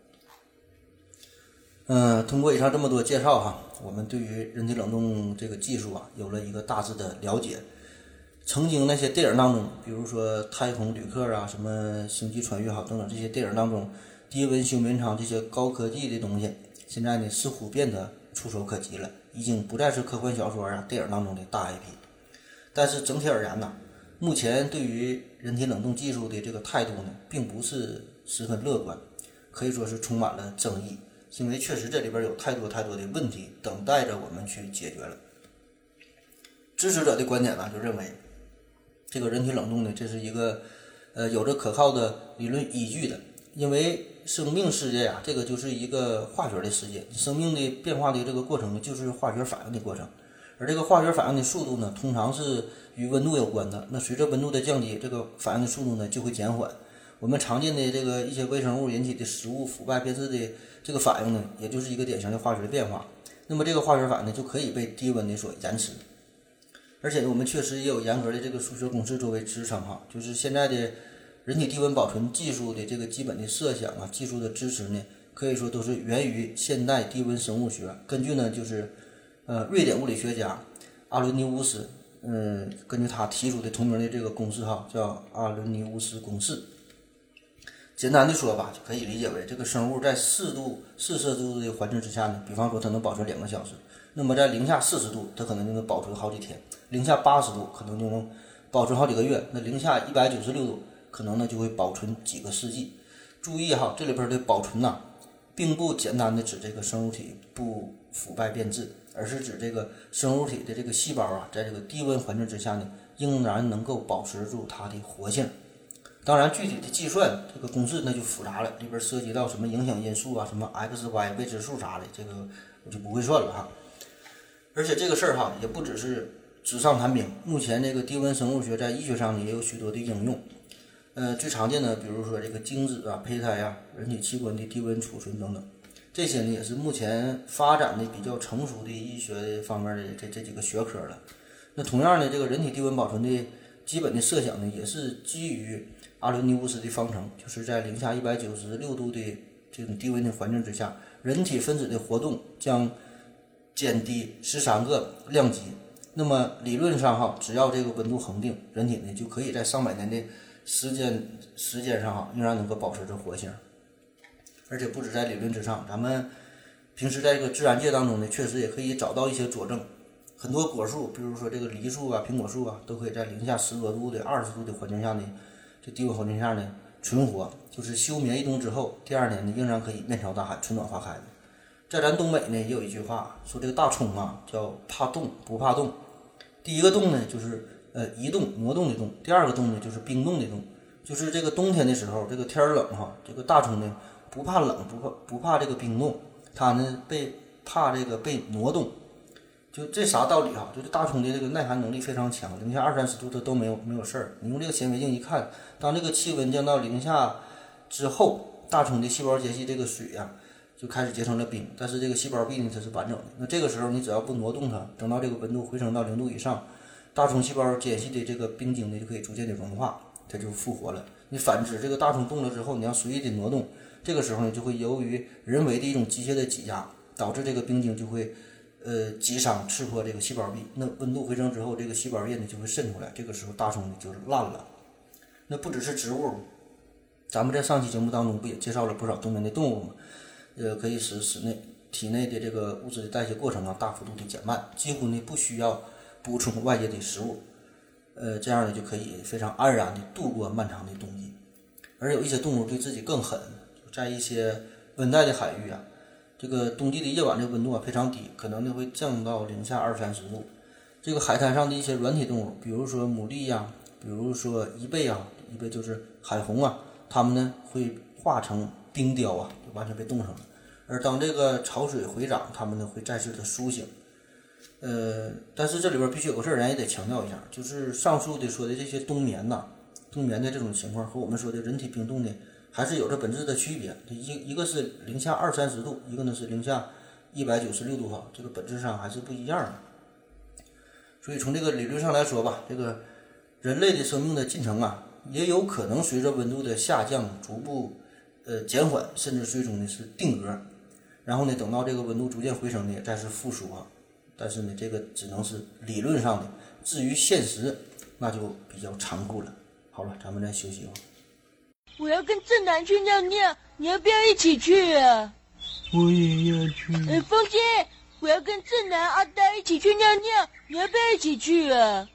嗯、呃，通过以上这么多介绍哈，我们对于人体冷冻这个技术啊，有了一个大致的了解。曾经那些电影当中，比如说太空旅客啊，什么星际穿越哈等等这些电影当中，低温休眠舱这些高科技的东西，现在呢似乎变得触手可及了，已经不再是科幻小说啊、电影当中的大 I P。但是整体而言呢，目前对于人体冷冻技术的这个态度呢，并不是十分乐观，可以说是充满了争议，因为确实这里边有太多太多的问题等待着我们去解决了。支持者的观点呢，就认为这个人体冷冻呢，这是一个呃有着可靠的理论依据的，因为生命世界啊，这个就是一个化学的世界，生命的变化的这个过程呢，就是化学反应的过程，而这个化学反应的速度呢，通常是与温度有关的。那随着温度的降低，这个反应的速度呢就会减缓。我们常见的这个一些微生物引起的食物腐败变质的这个反应呢，也就是一个典型的化学变化。那么这个化学反应呢，就可以被低温的所延迟。而且我们确实也有严格的这个数学公式作为支撑哈，就是现在的人体低温保存技术的这个基本的设想啊，技术的支持呢，可以说都是源于现代低温生物学。根据呢，就是呃瑞典物理学家阿伦尼乌斯，嗯，根据他提出的同名的这个公式哈，叫阿伦尼乌斯公式。简单的说吧，就可以理解为这个生物在四度四摄氏度的环境之下呢，比方说它能保存两个小时，那么在零下四十度，它可能就能保存好几天；零下八十度可能就能保存好几个月；那零下一百九十六度，可能呢就会保存几个世纪。注意哈，这里边的保存呐、啊，并不简单的指这个生物体不腐败变质，而是指这个生物体的这个细胞啊，在这个低温环境之下呢，仍然能够保持住它的活性。当然，具体的计算这个公式那就复杂了，里边涉及到什么影响因素啊，什么 x、y 未知数啥的，这个我就不会算了哈。而且这个事儿哈，也不只是纸上谈兵。目前这个低温生物学在医学上呢也有许多的应用。呃，最常见的，比如说这个精子啊、胚胎啊、人体器官的低温储存等等，这些呢也是目前发展的比较成熟的医学方面的这这几个学科了。那同样的，这个人体低温保存的基本的设想呢，也是基于阿伦尼乌斯的方程，就是在零下一百九十六度的这种低温的环境之下，人体分子的活动将减低十三个量级。那么理论上哈，只要这个温度恒定，人体呢就可以在上百年的时间时间上哈，仍然能够保持着活性。而且不止在理论之上，咱们平时在这个自然界当中呢，确实也可以找到一些佐证。很多果树，比如说这个梨树啊、苹果树啊，都可以在零下十多度的、二十度的环境下呢，这低温环境下呢存活，就是休眠一冬之后，第二年呢仍然可以面朝大海、春暖花开的。在咱东北呢也有一句话说，这个大葱啊叫怕冻不怕冻。第一个冻呢就是呃移动挪动的动，第二个冻呢就是冰冻的冻，就是这个冬天的时候，这个天冷哈，这个大葱呢不怕冷，不怕不怕这个冰冻，它呢被怕这个被挪动。就这啥道理哈？就是大葱的这个耐寒能力非常强，零下二三十度它都没有没有事儿。你用这个显微镜一看，当这个气温降到零下之后，大葱的细胞间隙这个水呀、啊、就开始结成了冰，但是这个细胞壁呢它是完整的。那这个时候你只要不挪动它，等到这个温度回升到零度以上，大葱细胞间隙的这个冰晶呢就可以逐渐的融化，它就复活了。你反之，这个大葱冻了之后，你要随意的挪动，这个时候呢就会由于人为的一种机械的挤压，导致这个冰晶就会。呃，击伤刺破这个细胞壁，那温度回升之后，这个细胞液呢就会渗出来，这个时候大葱就烂了。那不只是植物，咱们在上期节目当中不也介绍了不少冬眠的动物吗？呃，可以使室内体内的这个物质的代谢过程啊大幅度的减慢，几乎呢不需要补充外界的食物，呃，这样呢就可以非常安然的度过漫长的冬季。而有一些动物对自己更狠，在一些温带的海域啊。这个冬季的夜晚的温度啊非常低，可能呢会降到零下二三十度。 这个海滩上的一些软体动物，比如说牡蛎呀、啊，比如说贻贝啊，贻贝就是海虹啊，它们呢会化成冰雕啊，就完全被冻上了。而当这个潮水回涨，它们呢会再次的苏醒。呃，但是这里边必须有个事儿，咱也得强调一下，就是上述的说的这些冬眠呐、冬眠的这种情况和我们说的人体冰冻呢，还是有着本质的区别。一一个是零下二三十度，一个呢是零下一百九十六度哈，这个本质上还是不一样的。所以从这个理论上来说吧，这个人类的生命的进程啊，也有可能随着温度的下降逐步呃减缓，甚至最终呢是定格，然后呢等到这个温度逐渐回升呢，再是复苏啊。但是呢，这个只能是理论上的，至于现实，那就比较残酷了。好了，咱们再休息一会儿。 我要跟正南去尿尿，你要不要一起去啊？ 我也要去。 呃，风姐，我要跟正南、阿呆一起去尿尿，你要不要一起去啊？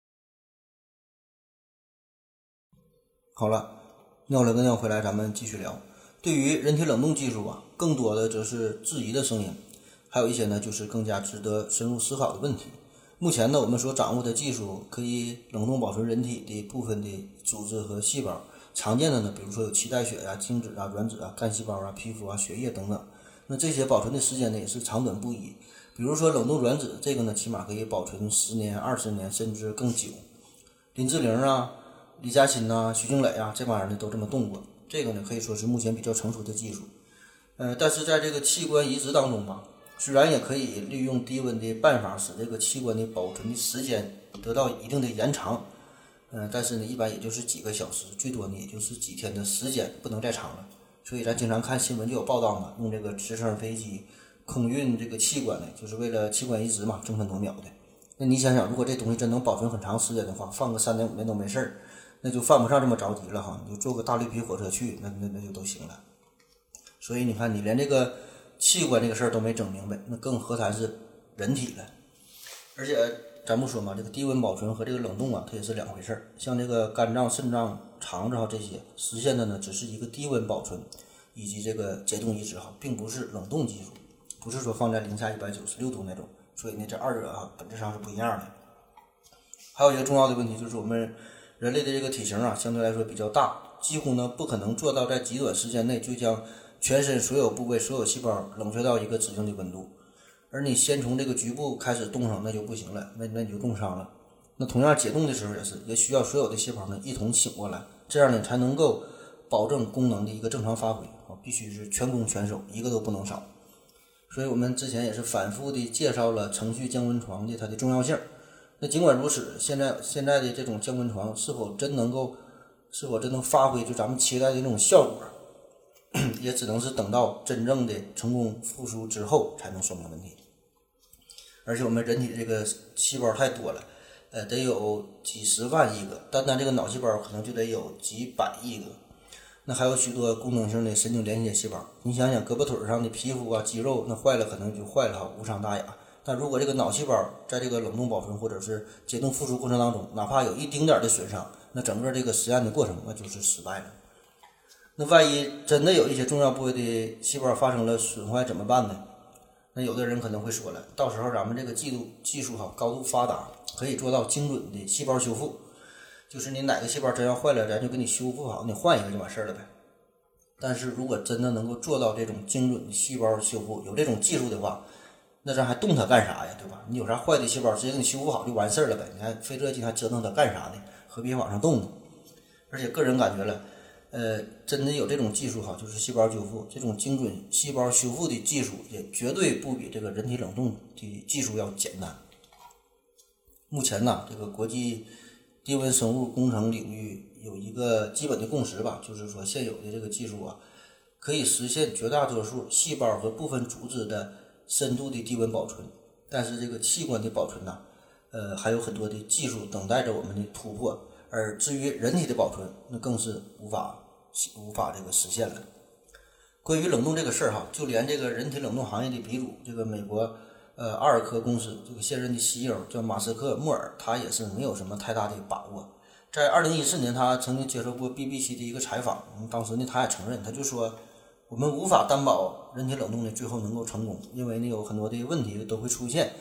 好了，尿了个尿回来，咱们继续聊。对于人体冷冻技术啊，更多的则是质疑的声音。还有一些呢，就是更加值得深入思考的问题。目前呢，我们所掌握的技术可以冷冻保存人体的部分的组织和细胞。常见的呢，比如说有脐带血呀、啊、精子啊、卵子啊、干细胞啊、皮肤啊、血液等等。那这些保存的时间呢，也是长短不一。比如说冷冻卵子，这个呢，起码可以保存十年、二十年，甚至更久。林志玲啊、李嘉欣呐、徐静蕾啊，这帮人呢都这么冻过。这个呢，可以说是目前比较成熟的技术。呃，但是在这个器官移植当中吧。虽然也可以利用低温的办法使这个器官的保存的时间得到一定的延长，嗯、呃，但是呢，一般也就是几个小时，最多呢也就是几天的时间，不能再长了。所以咱经常看新闻就有报道嘛，用这个直升飞机空运这个器官呢，就是为了器官移植嘛，争分夺秒的。那你想想，如果这东西真能保存很长时间的话，放个三年五年都没事儿，那就犯不上这么着急了哈。你就坐个大绿皮火车去，那那那就都行了。所以你看，你连这个器官这个事儿都没整明白，那更何谈是人体了。而且咱不说嘛，这个低温保存和这个冷冻啊，它也是两回事儿。像这个肝脏、肾脏、肠子哈这些实现的呢，只是一个低温保存以及这个解冻移植哈，并不是冷冻技术，不是说放在零下一百九十六度那种。所以呢，这二者啊本质上是不一样的。还有一个重要的问题就是我们人类的这个体型啊，相对来说比较大，几乎呢不可能做到在极短时间内就将全身所有部位、所有细胞冷却到一个指定的温度，而你先从这个局部开始冻上，那就不行了，那那你就冻伤了。那同样解冻的时候也是，也需要所有的细胞呢一同醒过来，这样呢才能够保证功能的一个正常发挥啊，必须是全攻全守，一个都不能少。所以我们之前也是反复的介绍了程序降温床的它的重要性。那尽管如此，现在现在的这种降温床是否真能够，是否真能发挥就咱们期待的那种效果？也只能是等到真正的成功复苏之后才能说明问题。而且我们人体这个细胞太多了，呃，得有几十万亿个，单单这个脑细胞可能就得有几百亿个。那还有许多功能性的神经连接细胞，你想想胳膊腿上的皮肤啊、肌肉，那坏了可能就坏了，无伤大雅。但如果这个脑细胞在这个冷冻保存或者是解冻复苏过程当中，哪怕有一丁点的损伤，那整个这个实验的过程那就是失败了。那万一真的有一些重要部位的细胞发生了损坏怎么办呢？那有的人可能会说了，到时候咱们这个技术技术哈高度发达，可以做到精准的细胞修复，就是你哪个细胞真要坏了，咱就给你修复好，你换一个就完事儿了呗。但是如果真的能够做到这种精准的细胞修复，有这种技术的话，那咱还动它干啥呀，对吧？你有啥坏的细胞直接给你修复好就完事儿了呗，你还费这劲还折腾它干啥呢？何必往上动呢？而且个人感觉了，呃，真的有这种技术哈，就是细胞修复这种精准细胞修复的技术，也绝对不比这个人体冷冻的技术要简单。目前呢，这个国际低温生物工程领域有一个基本的共识吧，就是说现有的这个技术啊，可以实现绝大多数细胞和部分组织的深度的低温保存，但是这个器官的保存呢，呃，还有很多的技术等待着我们的突破。而至于人体的保存，那更是无法无法这个实现了。关于冷冻这个事儿哈，就连这个人体冷冻行业的鼻祖，这个美国呃阿尔科公司这个现任的 C E O 叫马斯克莫尔，他也是没有什么太大的把握。在二零一四年，他曾经接受过 B B C 的一个采访，当时呢他也承认，他就说我们无法担保人体冷冻呢最后能够成功，因为呢有很多的问题都会出现。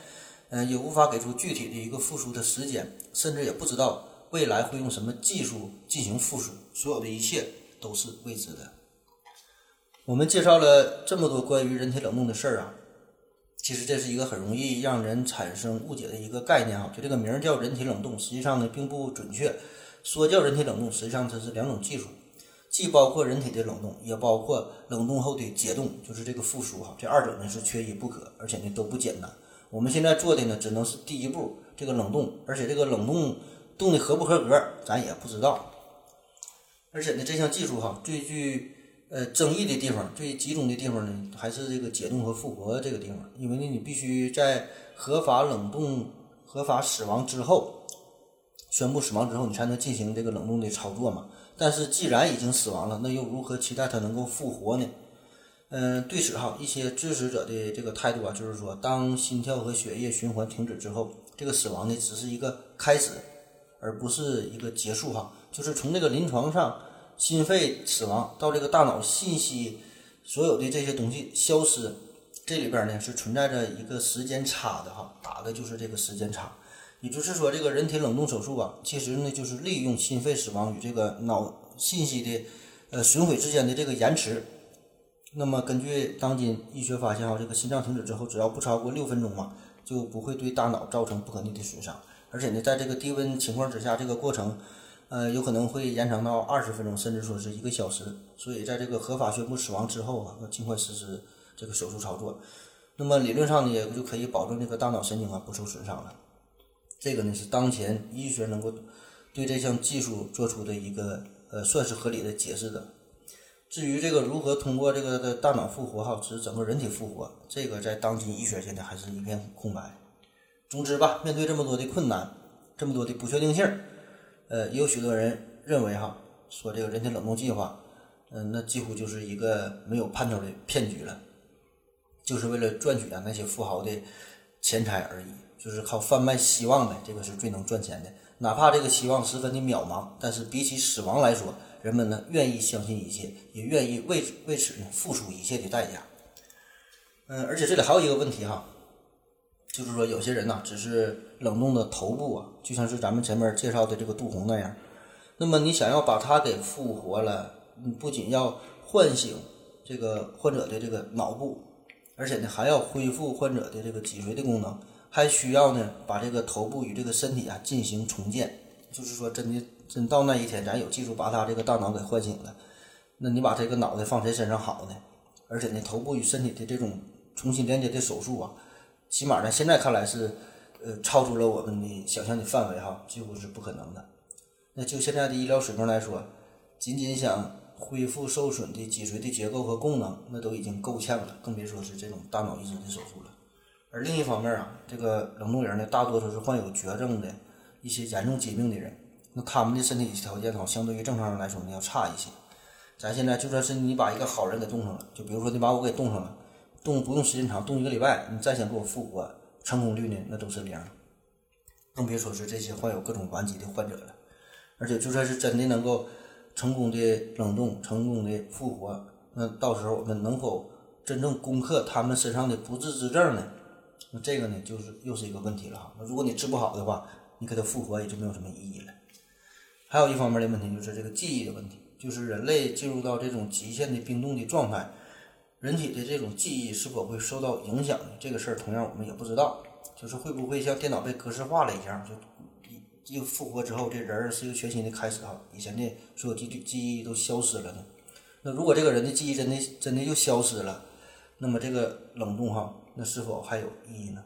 呃，也无法给出具体的一个复苏的时间，甚至也不知道未来会用什么技术进行复苏，所有的一切都是未知的。我们介绍了这么多关于人体冷冻的事儿啊，其实这是一个很容易让人产生误解的一个概念啊，就这个名叫人体冷冻，实际上呢并不准确。说叫人体冷冻，实际上它是两种技术，既包括人体的冷冻，也包括冷冻后的解冻，就是这个复苏哈，这二者呢是缺一不可，而且呢都不简单。我们现在做的呢只能是第一步，这个冷冻，而且这个冷冻冻的合不合格咱也不知道。而且呢这项技术哈最具呃争议的地方，最集中的地方呢还是这个解冻和复活这个地方，因为呢你必须在合法冷冻、合法死亡之后，宣布死亡之后你才能进行这个冷冻的操作嘛。但是既然已经死亡了，那又如何期待它能够复活呢？嗯、呃，对此哈，一些支持者的这个态度啊，就是说，当心跳和血液循环停止之后，这个死亡呢只是一个开始，而不是一个结束哈。就是从这个临床上，心肺死亡到这个大脑信息所有的这些东西消失，这里边呢是存在着一个时间差的哈，打的就是这个时间差。也就是说，这个人体冷冻手术啊，其实呢就是利用心肺死亡与这个脑信息的呃损毁之间的这个延迟。那么根据当今医学发现啊，这个心脏停止之后，只要不超过六分钟嘛，就不会对大脑造成不可逆的损伤。而且呢，在这个低温情况之下，这个过程呃有可能会延长到二十分钟，甚至说是一个小时。所以在这个合法宣布死亡之后啊，要尽快实施这个手术操作。那么理论上呢，也就可以保证这个大脑神经啊不受损伤了。这个呢是当前医学能够对这项技术做出的一个呃算是合理的解释的。至于这个如何通过这个的大脑复活哈，使整个人体复活，这个在当今医学现在还是一片空白。总之吧，面对这么多的困难，这么多的不确定性，呃，也有许多人认为哈，说这个人体冷冻计划，嗯、呃，那几乎就是一个没有盼头的骗局了，就是为了赚取啊那些富豪的钱财而已。就是靠贩卖希望的，这个是最能赚钱的。哪怕这个希望十分的渺茫，但是比起死亡来说，人们呢愿意相信一切，也愿意为为此呢付出一切的代价。嗯，而且这里还有一个问题哈，就是说有些人呢只是冷冻的头部啊，就像是咱们前面介绍的这个杜红那样，那么你想要把它给复活了，你不仅要唤醒这个患者的这个脑部，而且呢还要恢复患者的这个脊髓的功能。还需要呢把这个头部与这个身体啊进行重建，就是说真的真到那一天咱有技术把他这个大脑给唤醒了，那你把这个脑袋放谁身上好呢？而且呢头部与身体的这种重新连接的手术啊，起码呢现在看来是呃超出了我们的想象的范围哈，几乎是不可能的。那就现在的医疗水平来说，仅仅想恢复受损的脊髓的结构和功能，那都已经够呛了，更别说是这种大脑移植的手术了。而另一方面啊，这个冷冻人呢，大多数是患有绝症的一些严重疾病的人，那他们的身体条件好相对于正常人来说呢要差一些。咱现在就算是你把一个好人给冻上了，就比如说你把我给冻上了，冻不用时间长，冻一个礼拜，你再想给我复活，成功率呢那都是零，更别说是这些患有各种顽疾的患者了。而且就算是真的能够成功的冷冻，成功的复活，那到时候我们能否真正攻克他们身上的不治之症呢？那这个呢就是又是一个问题了哈。如果你治不好的话，你给它复活也就没有什么意义了。还有一方面的问题就是这个记忆的问题，就是人类进入到这种极限的冰冻的状态，人体的这种记忆是否会受到影响呢？这个事儿同样我们也不知道，就是会不会像电脑被格式化了一样，就一个复活之后这人是一个全新的开始哈，以前的所有记记忆都消失了呢？那如果这个人的记忆真的真的又消失了，那么这个冷冻哈，那是否还有意义呢？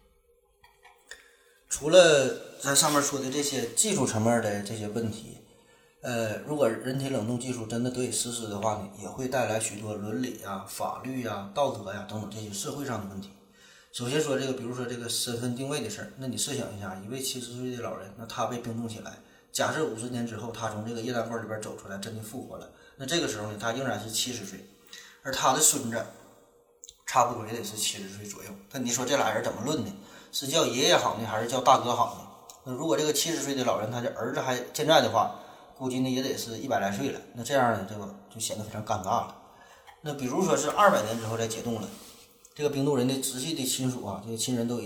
除了咱上面说的这些技术层面的这些问题，呃，如果人体冷冻技术真的得以实施的话呢，也会带来许多伦理啊、法律啊、道德呀、啊、等等这些社会上的问题。首先说这个，比如说这个身份定位的事儿，那你设想一下，一位七十岁的老人，那他被冰冻起来，假设五十年之后他从这个液氮罐里边走出来，真的复活了，那这个时候呢，他仍然是七十岁，而他的孙子差不多也得是七十岁左右。那你说这俩人怎么论呢？是叫爷爷好呢，还是叫大哥好呢？那如果这个七十岁的老人他的儿子还健在的话，估计呢也得是一百来岁了。那这样呢，这个就显得非常尴尬了。那比如说是二百年之后再解冻了，这个冰冻人的直系的亲属啊，这些亲人都已经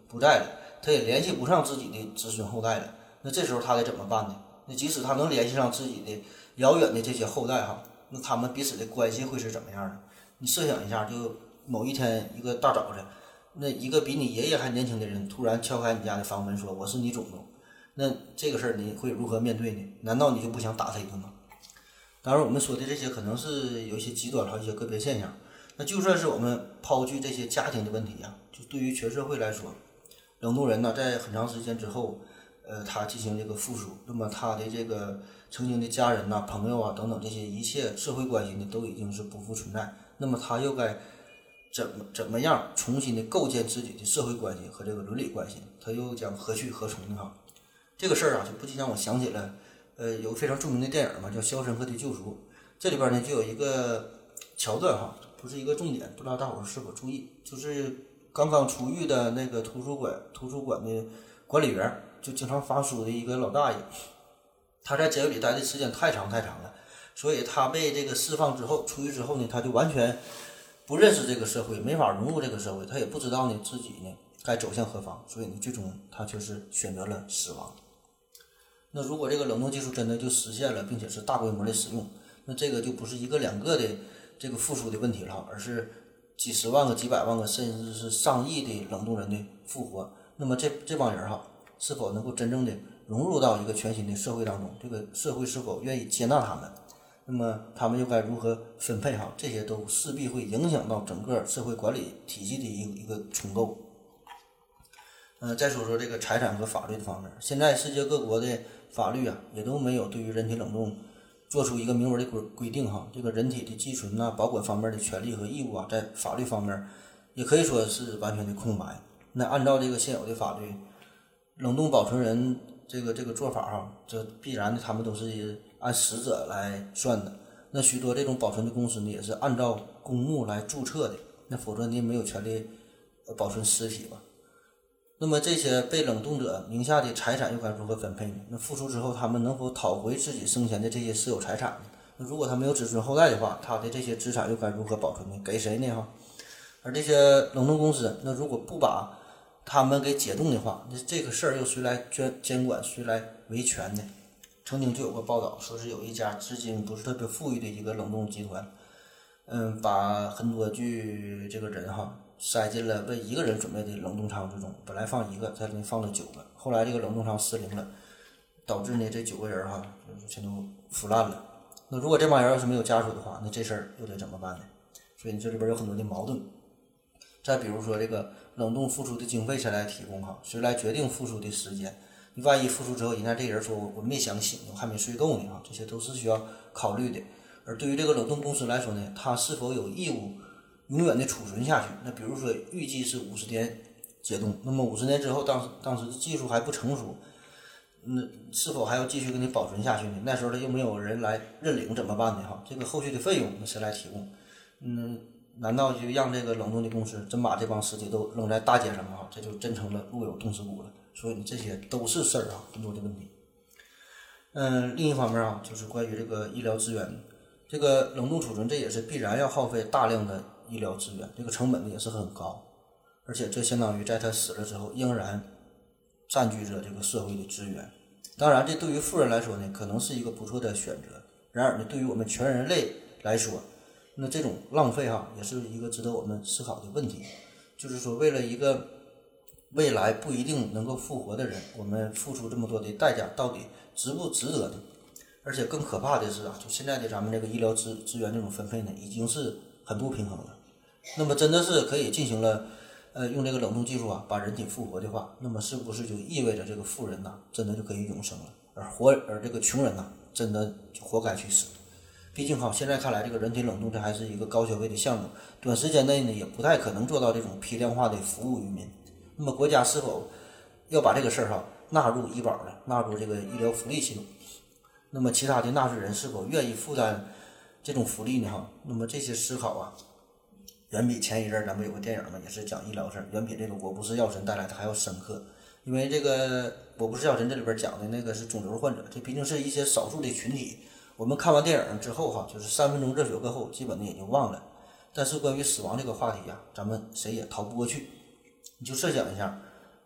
不在了，他也联系不上自己的子孙后代了。那这时候他得怎么办呢？那即使他能联系上自己的遥远的这些后代哈，那他们彼此的关系会是怎么样的？你设想一下，就某一天一个大早晨，那一个比你爷爷还年轻的人突然敲开你家的房门说我是你祖宗，那这个事儿你会如何面对呢？难道你就不想打他一顿吗？当然我们说的这些可能是有一些极端和一些个别现象，那就算是我们抛去这些家庭的问题啊，就对于全社会来说，冷冻人呢在很长时间之后呃，他进行这个复苏，那么他的这个曾经的家人呐、朋友啊等等这些一切社会关系呢，都已经是不复存在。那么他又该怎么怎么样重新的构建自己的社会关系和这个伦理关系？他又将何去何从呢？哈，这个事儿啊，就不禁让我想起了，呃，有个非常著名的电影嘛，叫《肖申克的救赎》。这里边呢就有一个桥段哈，不是一个重点，不知道大伙儿是否注意，就是刚刚出狱的那个图书馆图书馆的管理员。就经常发书的一个老大爷，他在监狱里待的时间太长太长了，所以他被这个释放之后，出狱之后呢，他就完全不认识这个社会，没法融入这个社会，他也不知道呢自己呢该走向何方，所以呢，最终他却是选择了死亡。那如果这个冷冻技术真的就实现了，并且是大规模的使用，那这个就不是一个两个的这个复苏的问题了，而是几十万个、几百万个，甚至是上亿的冷冻人的复活。那么这这帮人哈。是否能够真正的融入到一个全新的社会当中？这个社会是否愿意接纳他们？那么他们又该如何分配？哈，这些都势必会影响到整个社会管理体系的一个一个重构。呃，再说说这个财产和法律的方面，现在世界各国的法律啊，也都没有对于人体冷冻做出一个明文的规规定哈。这个人体的寄存啊、保管方面的权利和义务啊，在法律方面也可以说是完全的空白。那按照这个现有的法律，冷冻保存人这个这个做法哈，这必然的他们都是按死者来算的。那许多这种保存的公司呢，也是按照公墓来注册的，那否则你没有权利保存尸体吧。那么这些被冷冻者名下的财产又该如何分配呢？那复出之后，他们能否讨回自己生前的这些私有财产呢？那如果他没有子孙后代的话，他的这些资产又该如何保存呢？给谁呢？哈，而这些冷冻公司，那如果不把他们给解冻的话，那这个事儿又谁来监监管，谁来维权呢？曾经就有过报道说是有一家资金不是特别富裕的一个冷冻集团，嗯，把很多具这个人哈塞进了为一个人准备的冷冻舱之中，本来放一个，在里面放了九个，后来这个冷冻舱失灵了，导致呢这九个人哈就是全都腐烂了。那如果这帮人要是没有家属的话，那这事儿又得怎么办呢？所以你这里边有很多的矛盾。再比如说这个冷冻复苏的经费谁来提供哈？谁来决定复苏的时间？你万一复苏之后，人家这人说我没想醒，我还没睡够呢哈，这些都是需要考虑的。而对于这个冷冻公司来说呢，它是否有义务永远的储存下去？那比如说预计是五十年解冻，那么五十年之后，当时当时的技术还不成熟，那是否还要继续给你保存下去呢？那时候他又没有人来认领怎么办呢？哈，这个后续的费用那谁来提供？嗯。难道就让这个冷冻的公司真把这帮尸体都扔在大街上吗？这就真成了路有冻死骨了。所以这些都是事儿啊，很多的问题。嗯，另一方面啊，就是关于这个医疗资源，这个冷冻储存这也是必然要耗费大量的医疗资源，这个成本呢也是很高，而且这相当于在他死了之后仍然占据着这个社会的资源。当然，这对于富人来说呢，可能是一个不错的选择。然而呢，对于我们全人类来说，那这种浪费哈，也是一个值得我们思考的问题。就是说，为了一个未来不一定能够复活的人，我们付出这么多的代价，到底值不值得呢？而且更可怕的是啊，就现在的咱们这个医疗资资源这种分配呢，已经是很不平衡了。那么真的是可以进行了，呃，用这个冷冻技术啊，把人体复活的话，那么是不是就意味着这个富人呐、啊，真的就可以永生了，而活而这个穷人呐、啊，真的就活该去死？毕竟哈，现在看来这个人体冷冻这还是一个高消费的项目，短时间内呢也不太可能做到这种批量化的服务于民。那么国家是否要把这个事儿哈纳入医保呢？纳入这个医疗福利系统？那么其他的纳税人是否愿意负担这种福利呢？哈，那么这些思考啊，远比前一阵咱们有个电影嘛，也是讲医疗事儿，远比这个我不是药神带来的还要深刻。因为这个我不是药神这里边讲的那个是肿瘤患者，这毕竟是一些少数的群体。我们看完电影之后哈，就是三分钟热血过后，基本的也就忘了。但是关于死亡这个话题啊，咱们谁也逃不过去。你就设想一下，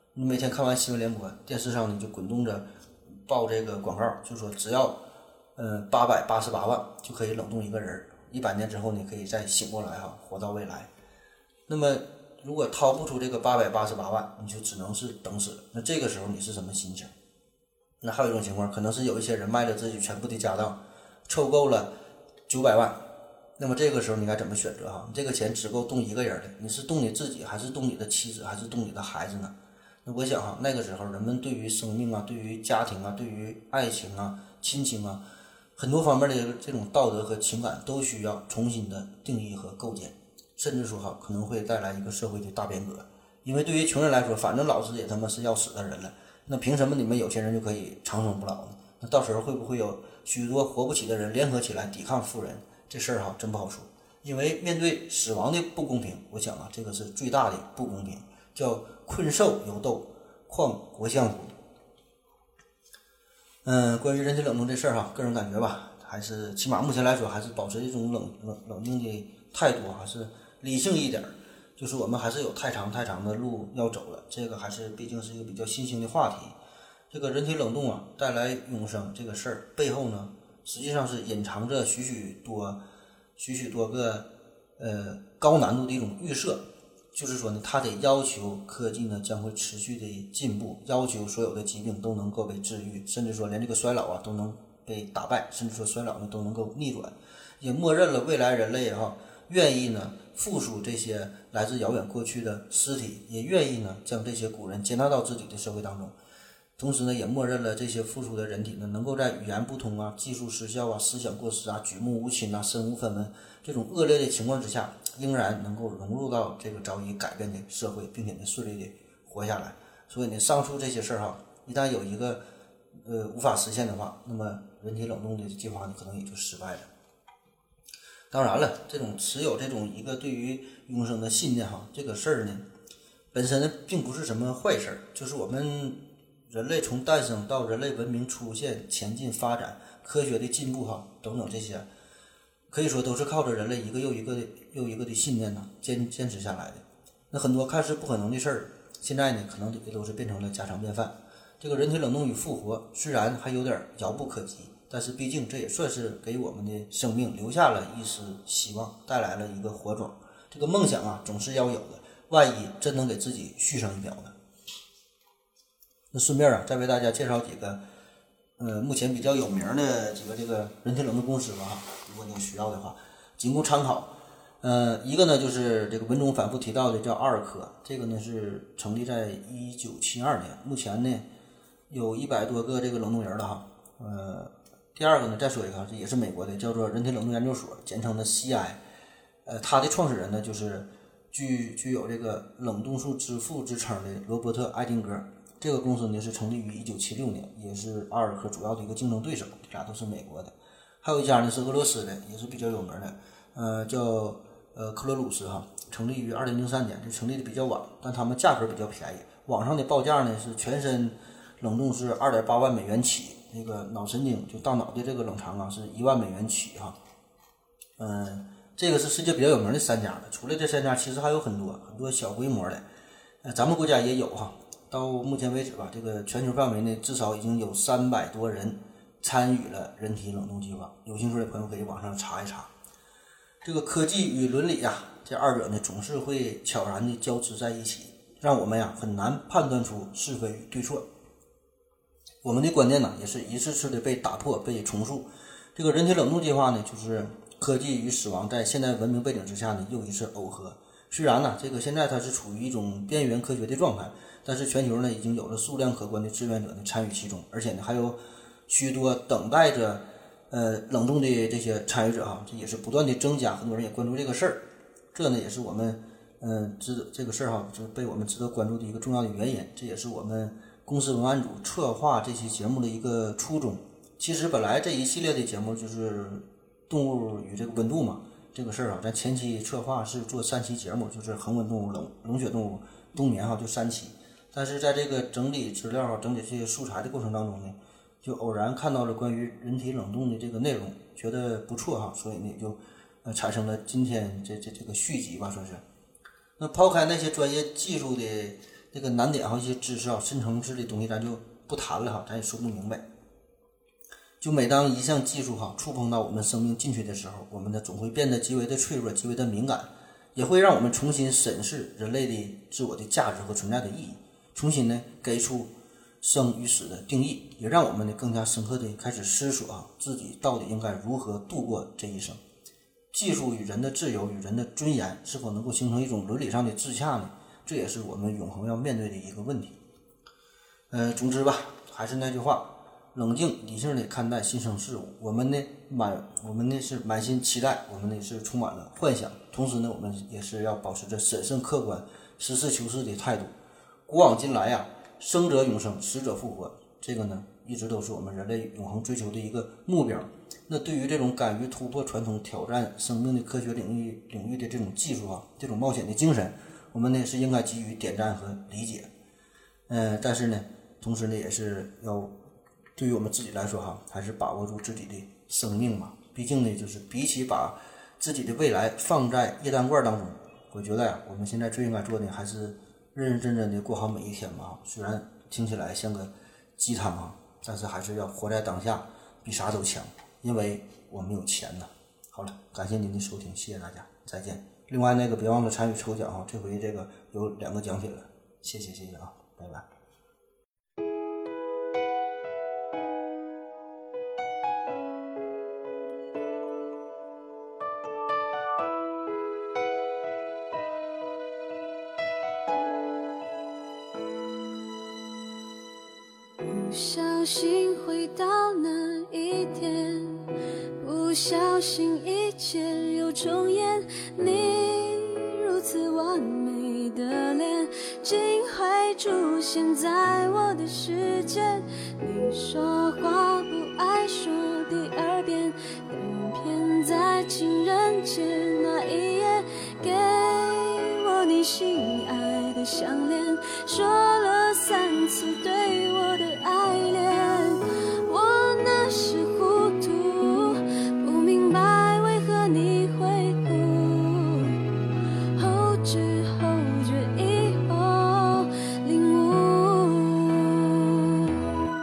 你每天看完新闻联播，电视上呢就滚动着报这个广告，就说只要呃八百八十八万就可以冷冻一个人，一百年之后你可以再醒过来哈，活到未来。那么如果掏不出这个八百八十八万，你就只能是等死了。那这个时候你是什么心情？那还有一种情况，可能是有一些人卖了自己全部的家当，凑够了九百万。那么这个时候你该怎么选择哈？你这个钱只够动一个人的，你是动你自己，还是动你的妻子，还是动你的孩子呢？那我想哈，那个时候人们对于生命啊，对于家庭啊，对于爱情啊、亲情啊，很多方面的这种道德和情感都需要重新的定义和构建，甚至说哈可能会带来一个社会的大变革。因为对于穷人来说，反正老子也他妈是要死的人了，那凭什么你们有钱人就可以长生不老呢？那到时候会不会有许多活不起的人联合起来抵抗富人？这事儿哈真不好说。因为面对死亡的不公平，我想啊这个是最大的不公平，叫困兽犹斗，况国相乎。嗯，关于人体冷冻这事儿哈，个人感觉吧，还是起码目前来说，还是保持一种冷冷冷静的态度，还是理性一点。就是我们还是有太长太长的路要走了，这个还是毕竟是一个比较新兴的话题。这个人体冷冻啊带来永生这个事儿背后呢，实际上是隐藏着许许多许许多个呃高难度的一种预设。就是说呢，它得要求科技呢将会持续的进步，要求所有的疾病都能够被治愈，甚至说连这个衰老啊都能被打败，甚至说衰老呢都能够逆转，也默认了未来人类哈、啊、愿意呢复述这些来自遥远过去的尸体，也愿意呢将这些古人接纳到自己的社会当中。同时呢，也默认了这些复苏的人体呢，能够在语言不通啊、技术失效啊、思想过时啊、举目无亲啊、身无分文这种恶劣的情况之下，仍然能够融入到这个早已改变的社会，并且呢顺利的活下来。所以呢，上述这些事儿哈，一旦有一个呃无法实现的话，那么人体冷冻的计划呢，可能也就失败了。当然了，这种持有这种一个对于永生的信念哈，这个事儿呢，本身呢并不是什么坏事儿，就是我们人类从诞生到人类文明出现、前进发展、科学的进步哈等等这些，可以说都是靠着人类一个又一个的又一个的信念呢坚坚持下来的。那很多看似不可能的事儿，现在呢可能也都是变成了家常便饭。这个人体冷冻与复活虽然还有点遥不可及，但是毕竟这也算是给我们的生命留下了一丝希望，带来了一个火种。这个梦想啊总是要有的，万一真能给自己续上一秒呢？那顺便啊，再为大家介绍几个，呃，目前比较有名的几个这个人体冷冻公司吧，如果你有需要的话，仅供参考。呃，一个呢就是这个文中反复提到的叫阿尔科，这个呢是成立在一九七二年，目前呢有一百多个这个冷冻人了哈。呃，第二个呢再说一个，这也是美国的，叫做人体冷冻研究所，简称的 C I。呃，它的创始人呢就是具具有这个冷冻术之父之称的罗伯特·艾丁格。这个公司呢是成立于一九七六年，也是阿尔科主要的一个竞争对手，这俩都是美国的。还有一家呢是俄罗斯的，也是比较有名的，呃，叫呃克罗鲁斯哈，成立于二零零三年，这成立的比较晚，但他们价格比较便宜，网上的报价呢是全身冷冻是二点八万美元起，那个脑神经就大脑的这个冷藏啊是一万美元起哈。嗯、呃，这个是世界比较有名的三家的，除了这三家，其实还有很多很多小规模的，呃，咱们国家也有哈。到目前为止吧，这个全球范围内至少已经有三百多人参与了人体冷冻计划，有兴趣的朋友可以网上查一查。这个科技与伦理啊，这二者呢总是会悄然的交织在一起，让我们呀很难判断出是非与对错。我们的观念呢也是一次次的被打破、被重塑。这个人体冷冻计划呢，就是科技与死亡在现代文明背景之下呢又一次耦合。虽然呢，这个现在它是处于一种边缘科学的状态，但是全球呢已经有了数量可观的志愿者呢参与其中，而且呢还有许多等待着呃冷冻的这些参与者哈，这也是不断的增加，很多人也关注这个事儿，这呢也是我们嗯、呃、值得这个事儿哈，就是被我们值得关注的一个重要的原因，这也是我们公司文案组策划这期节目的一个初衷。其实本来这一系列的节目就是动物与这个温度嘛。这个事儿啊，咱前期策划是做三期节目，就是恒温动物、冷冷血动物、冬眠哈，就三期。但是在这个整理资料、整理这些素材的过程当中呢，就偶然看到了关于人体冷冻的这个内容，觉得不错哈，所以呢就呃产生了今天这这这个续集吧，算是。那抛开那些专业技术的这个难点哈，一些知识啊，深层次的东西咱就不谈了哈，咱也说不明白。就每当一项技术哈触碰到我们生命禁区的时候，我们呢总会变得极为的脆弱，极为的敏感，也会让我们重新审视人类的自我的价值和存在的意义，重新呢给出生与死的定义，也让我们呢更加深刻的开始思索啊自己到底应该如何度过这一生。技术与人的自由与人的尊严是否能够形成一种伦理上的自洽呢？这也是我们永恒要面对的一个问题。呃，总之吧，还是那句话，冷静理性的看待新生事物。我们呢满我们呢是满心期待，我们呢是充满了幻想，同时呢我们也是要保持着审慎客观、实事求是的态度。古往今来呀、啊，生者永生，死者复活，这个呢一直都是我们人类永恒追求的一个目标。那对于这种敢于突破传统、挑战生命的科学领域领域的这种技术啊，这种冒险的精神，我们呢是应该给予点赞和理解。呃，但是呢，同时呢也是要对于我们自己来说哈，还是把握住自己的生命嘛。毕竟呢，就是比起把自己的未来放在液氮罐当中，我觉得呀，我们现在最应该做的还是认认真真的过好每一天嘛。虽然听起来像个鸡汤啊，但是还是要活在当下，比啥都强。因为我们有钱呢。好了，感谢您的收听，谢谢大家，再见。另外那个别忘了参与抽奖啊，这回这个有两个奖品了，谢谢谢谢啊，拜拜。 不小心回到那一天，不小心一切又重演，你如此完美的脸竟会出现在我的世界。你说话不爱说第二遍，但偏在情人节那一夜给我你心爱的项链，说了三次对我的爱恋。我那时糊涂，不明白为何你会哭，后知后觉以后领悟，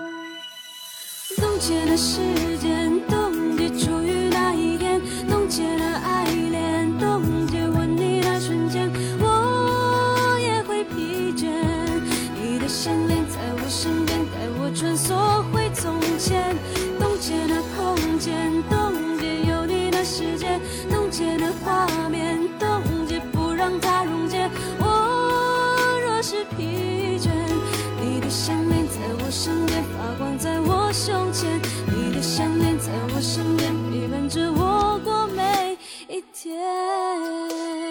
冻结了时间，冻结初遇那一天，冻结了爱恋，冻结吻你那瞬间，我也会疲倦。你的项链在我身边，带我穿梭回从前，冻结了空间，冻结有你的世界，冻结了画面，冻结不让它溶解。我若是疲倦，你的项链在我身边，发光在我胸前，你的项链在我身边，陪伴着我过每一天。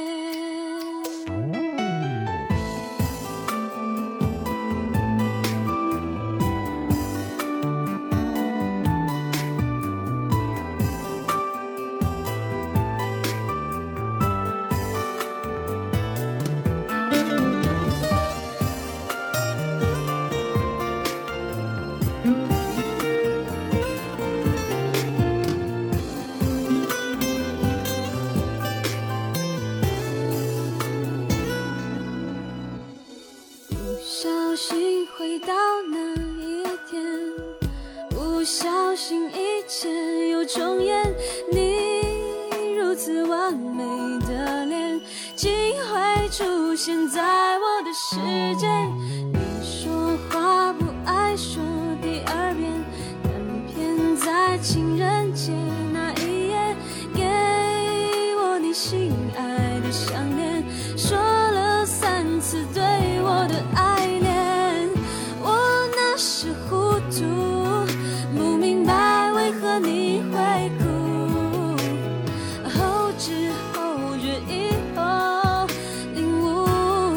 回到那一天，不小心一切又重演，你如此完美的脸竟会出现在我的世界。你说话不爱说第二遍，但偏在情人节那一夜给我你心爱的项链，说了三次对我的爱恋。是糊涂，不明白为何你会哭，后知后觉以后领悟，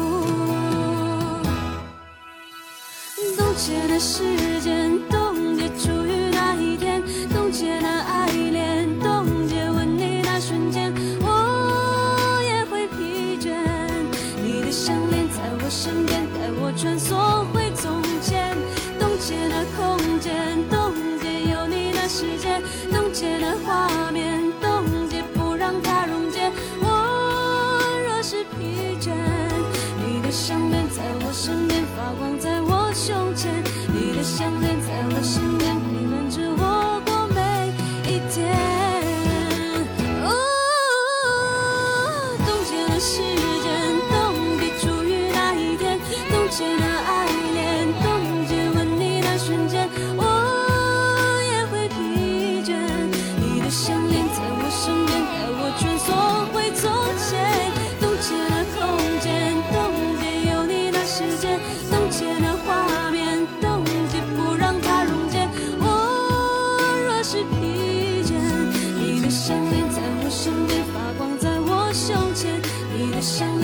冻结了时间，冻结初遇那一天，冻结了爱恋，冻结吻你那瞬间，我也会疲倦。你的项链在我身边，带我穿梭回从前，冻结了空间，冻结有你的世界，冻结了画面，冻结不让它溶解。我若是疲倦，你的项链在我身边，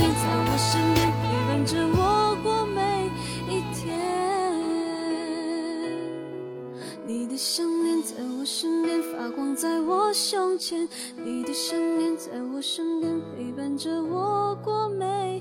念在我身边，陪伴着我过每一天。你的项链在我身边发光，在我胸前，你的项链在我身边陪伴着我过每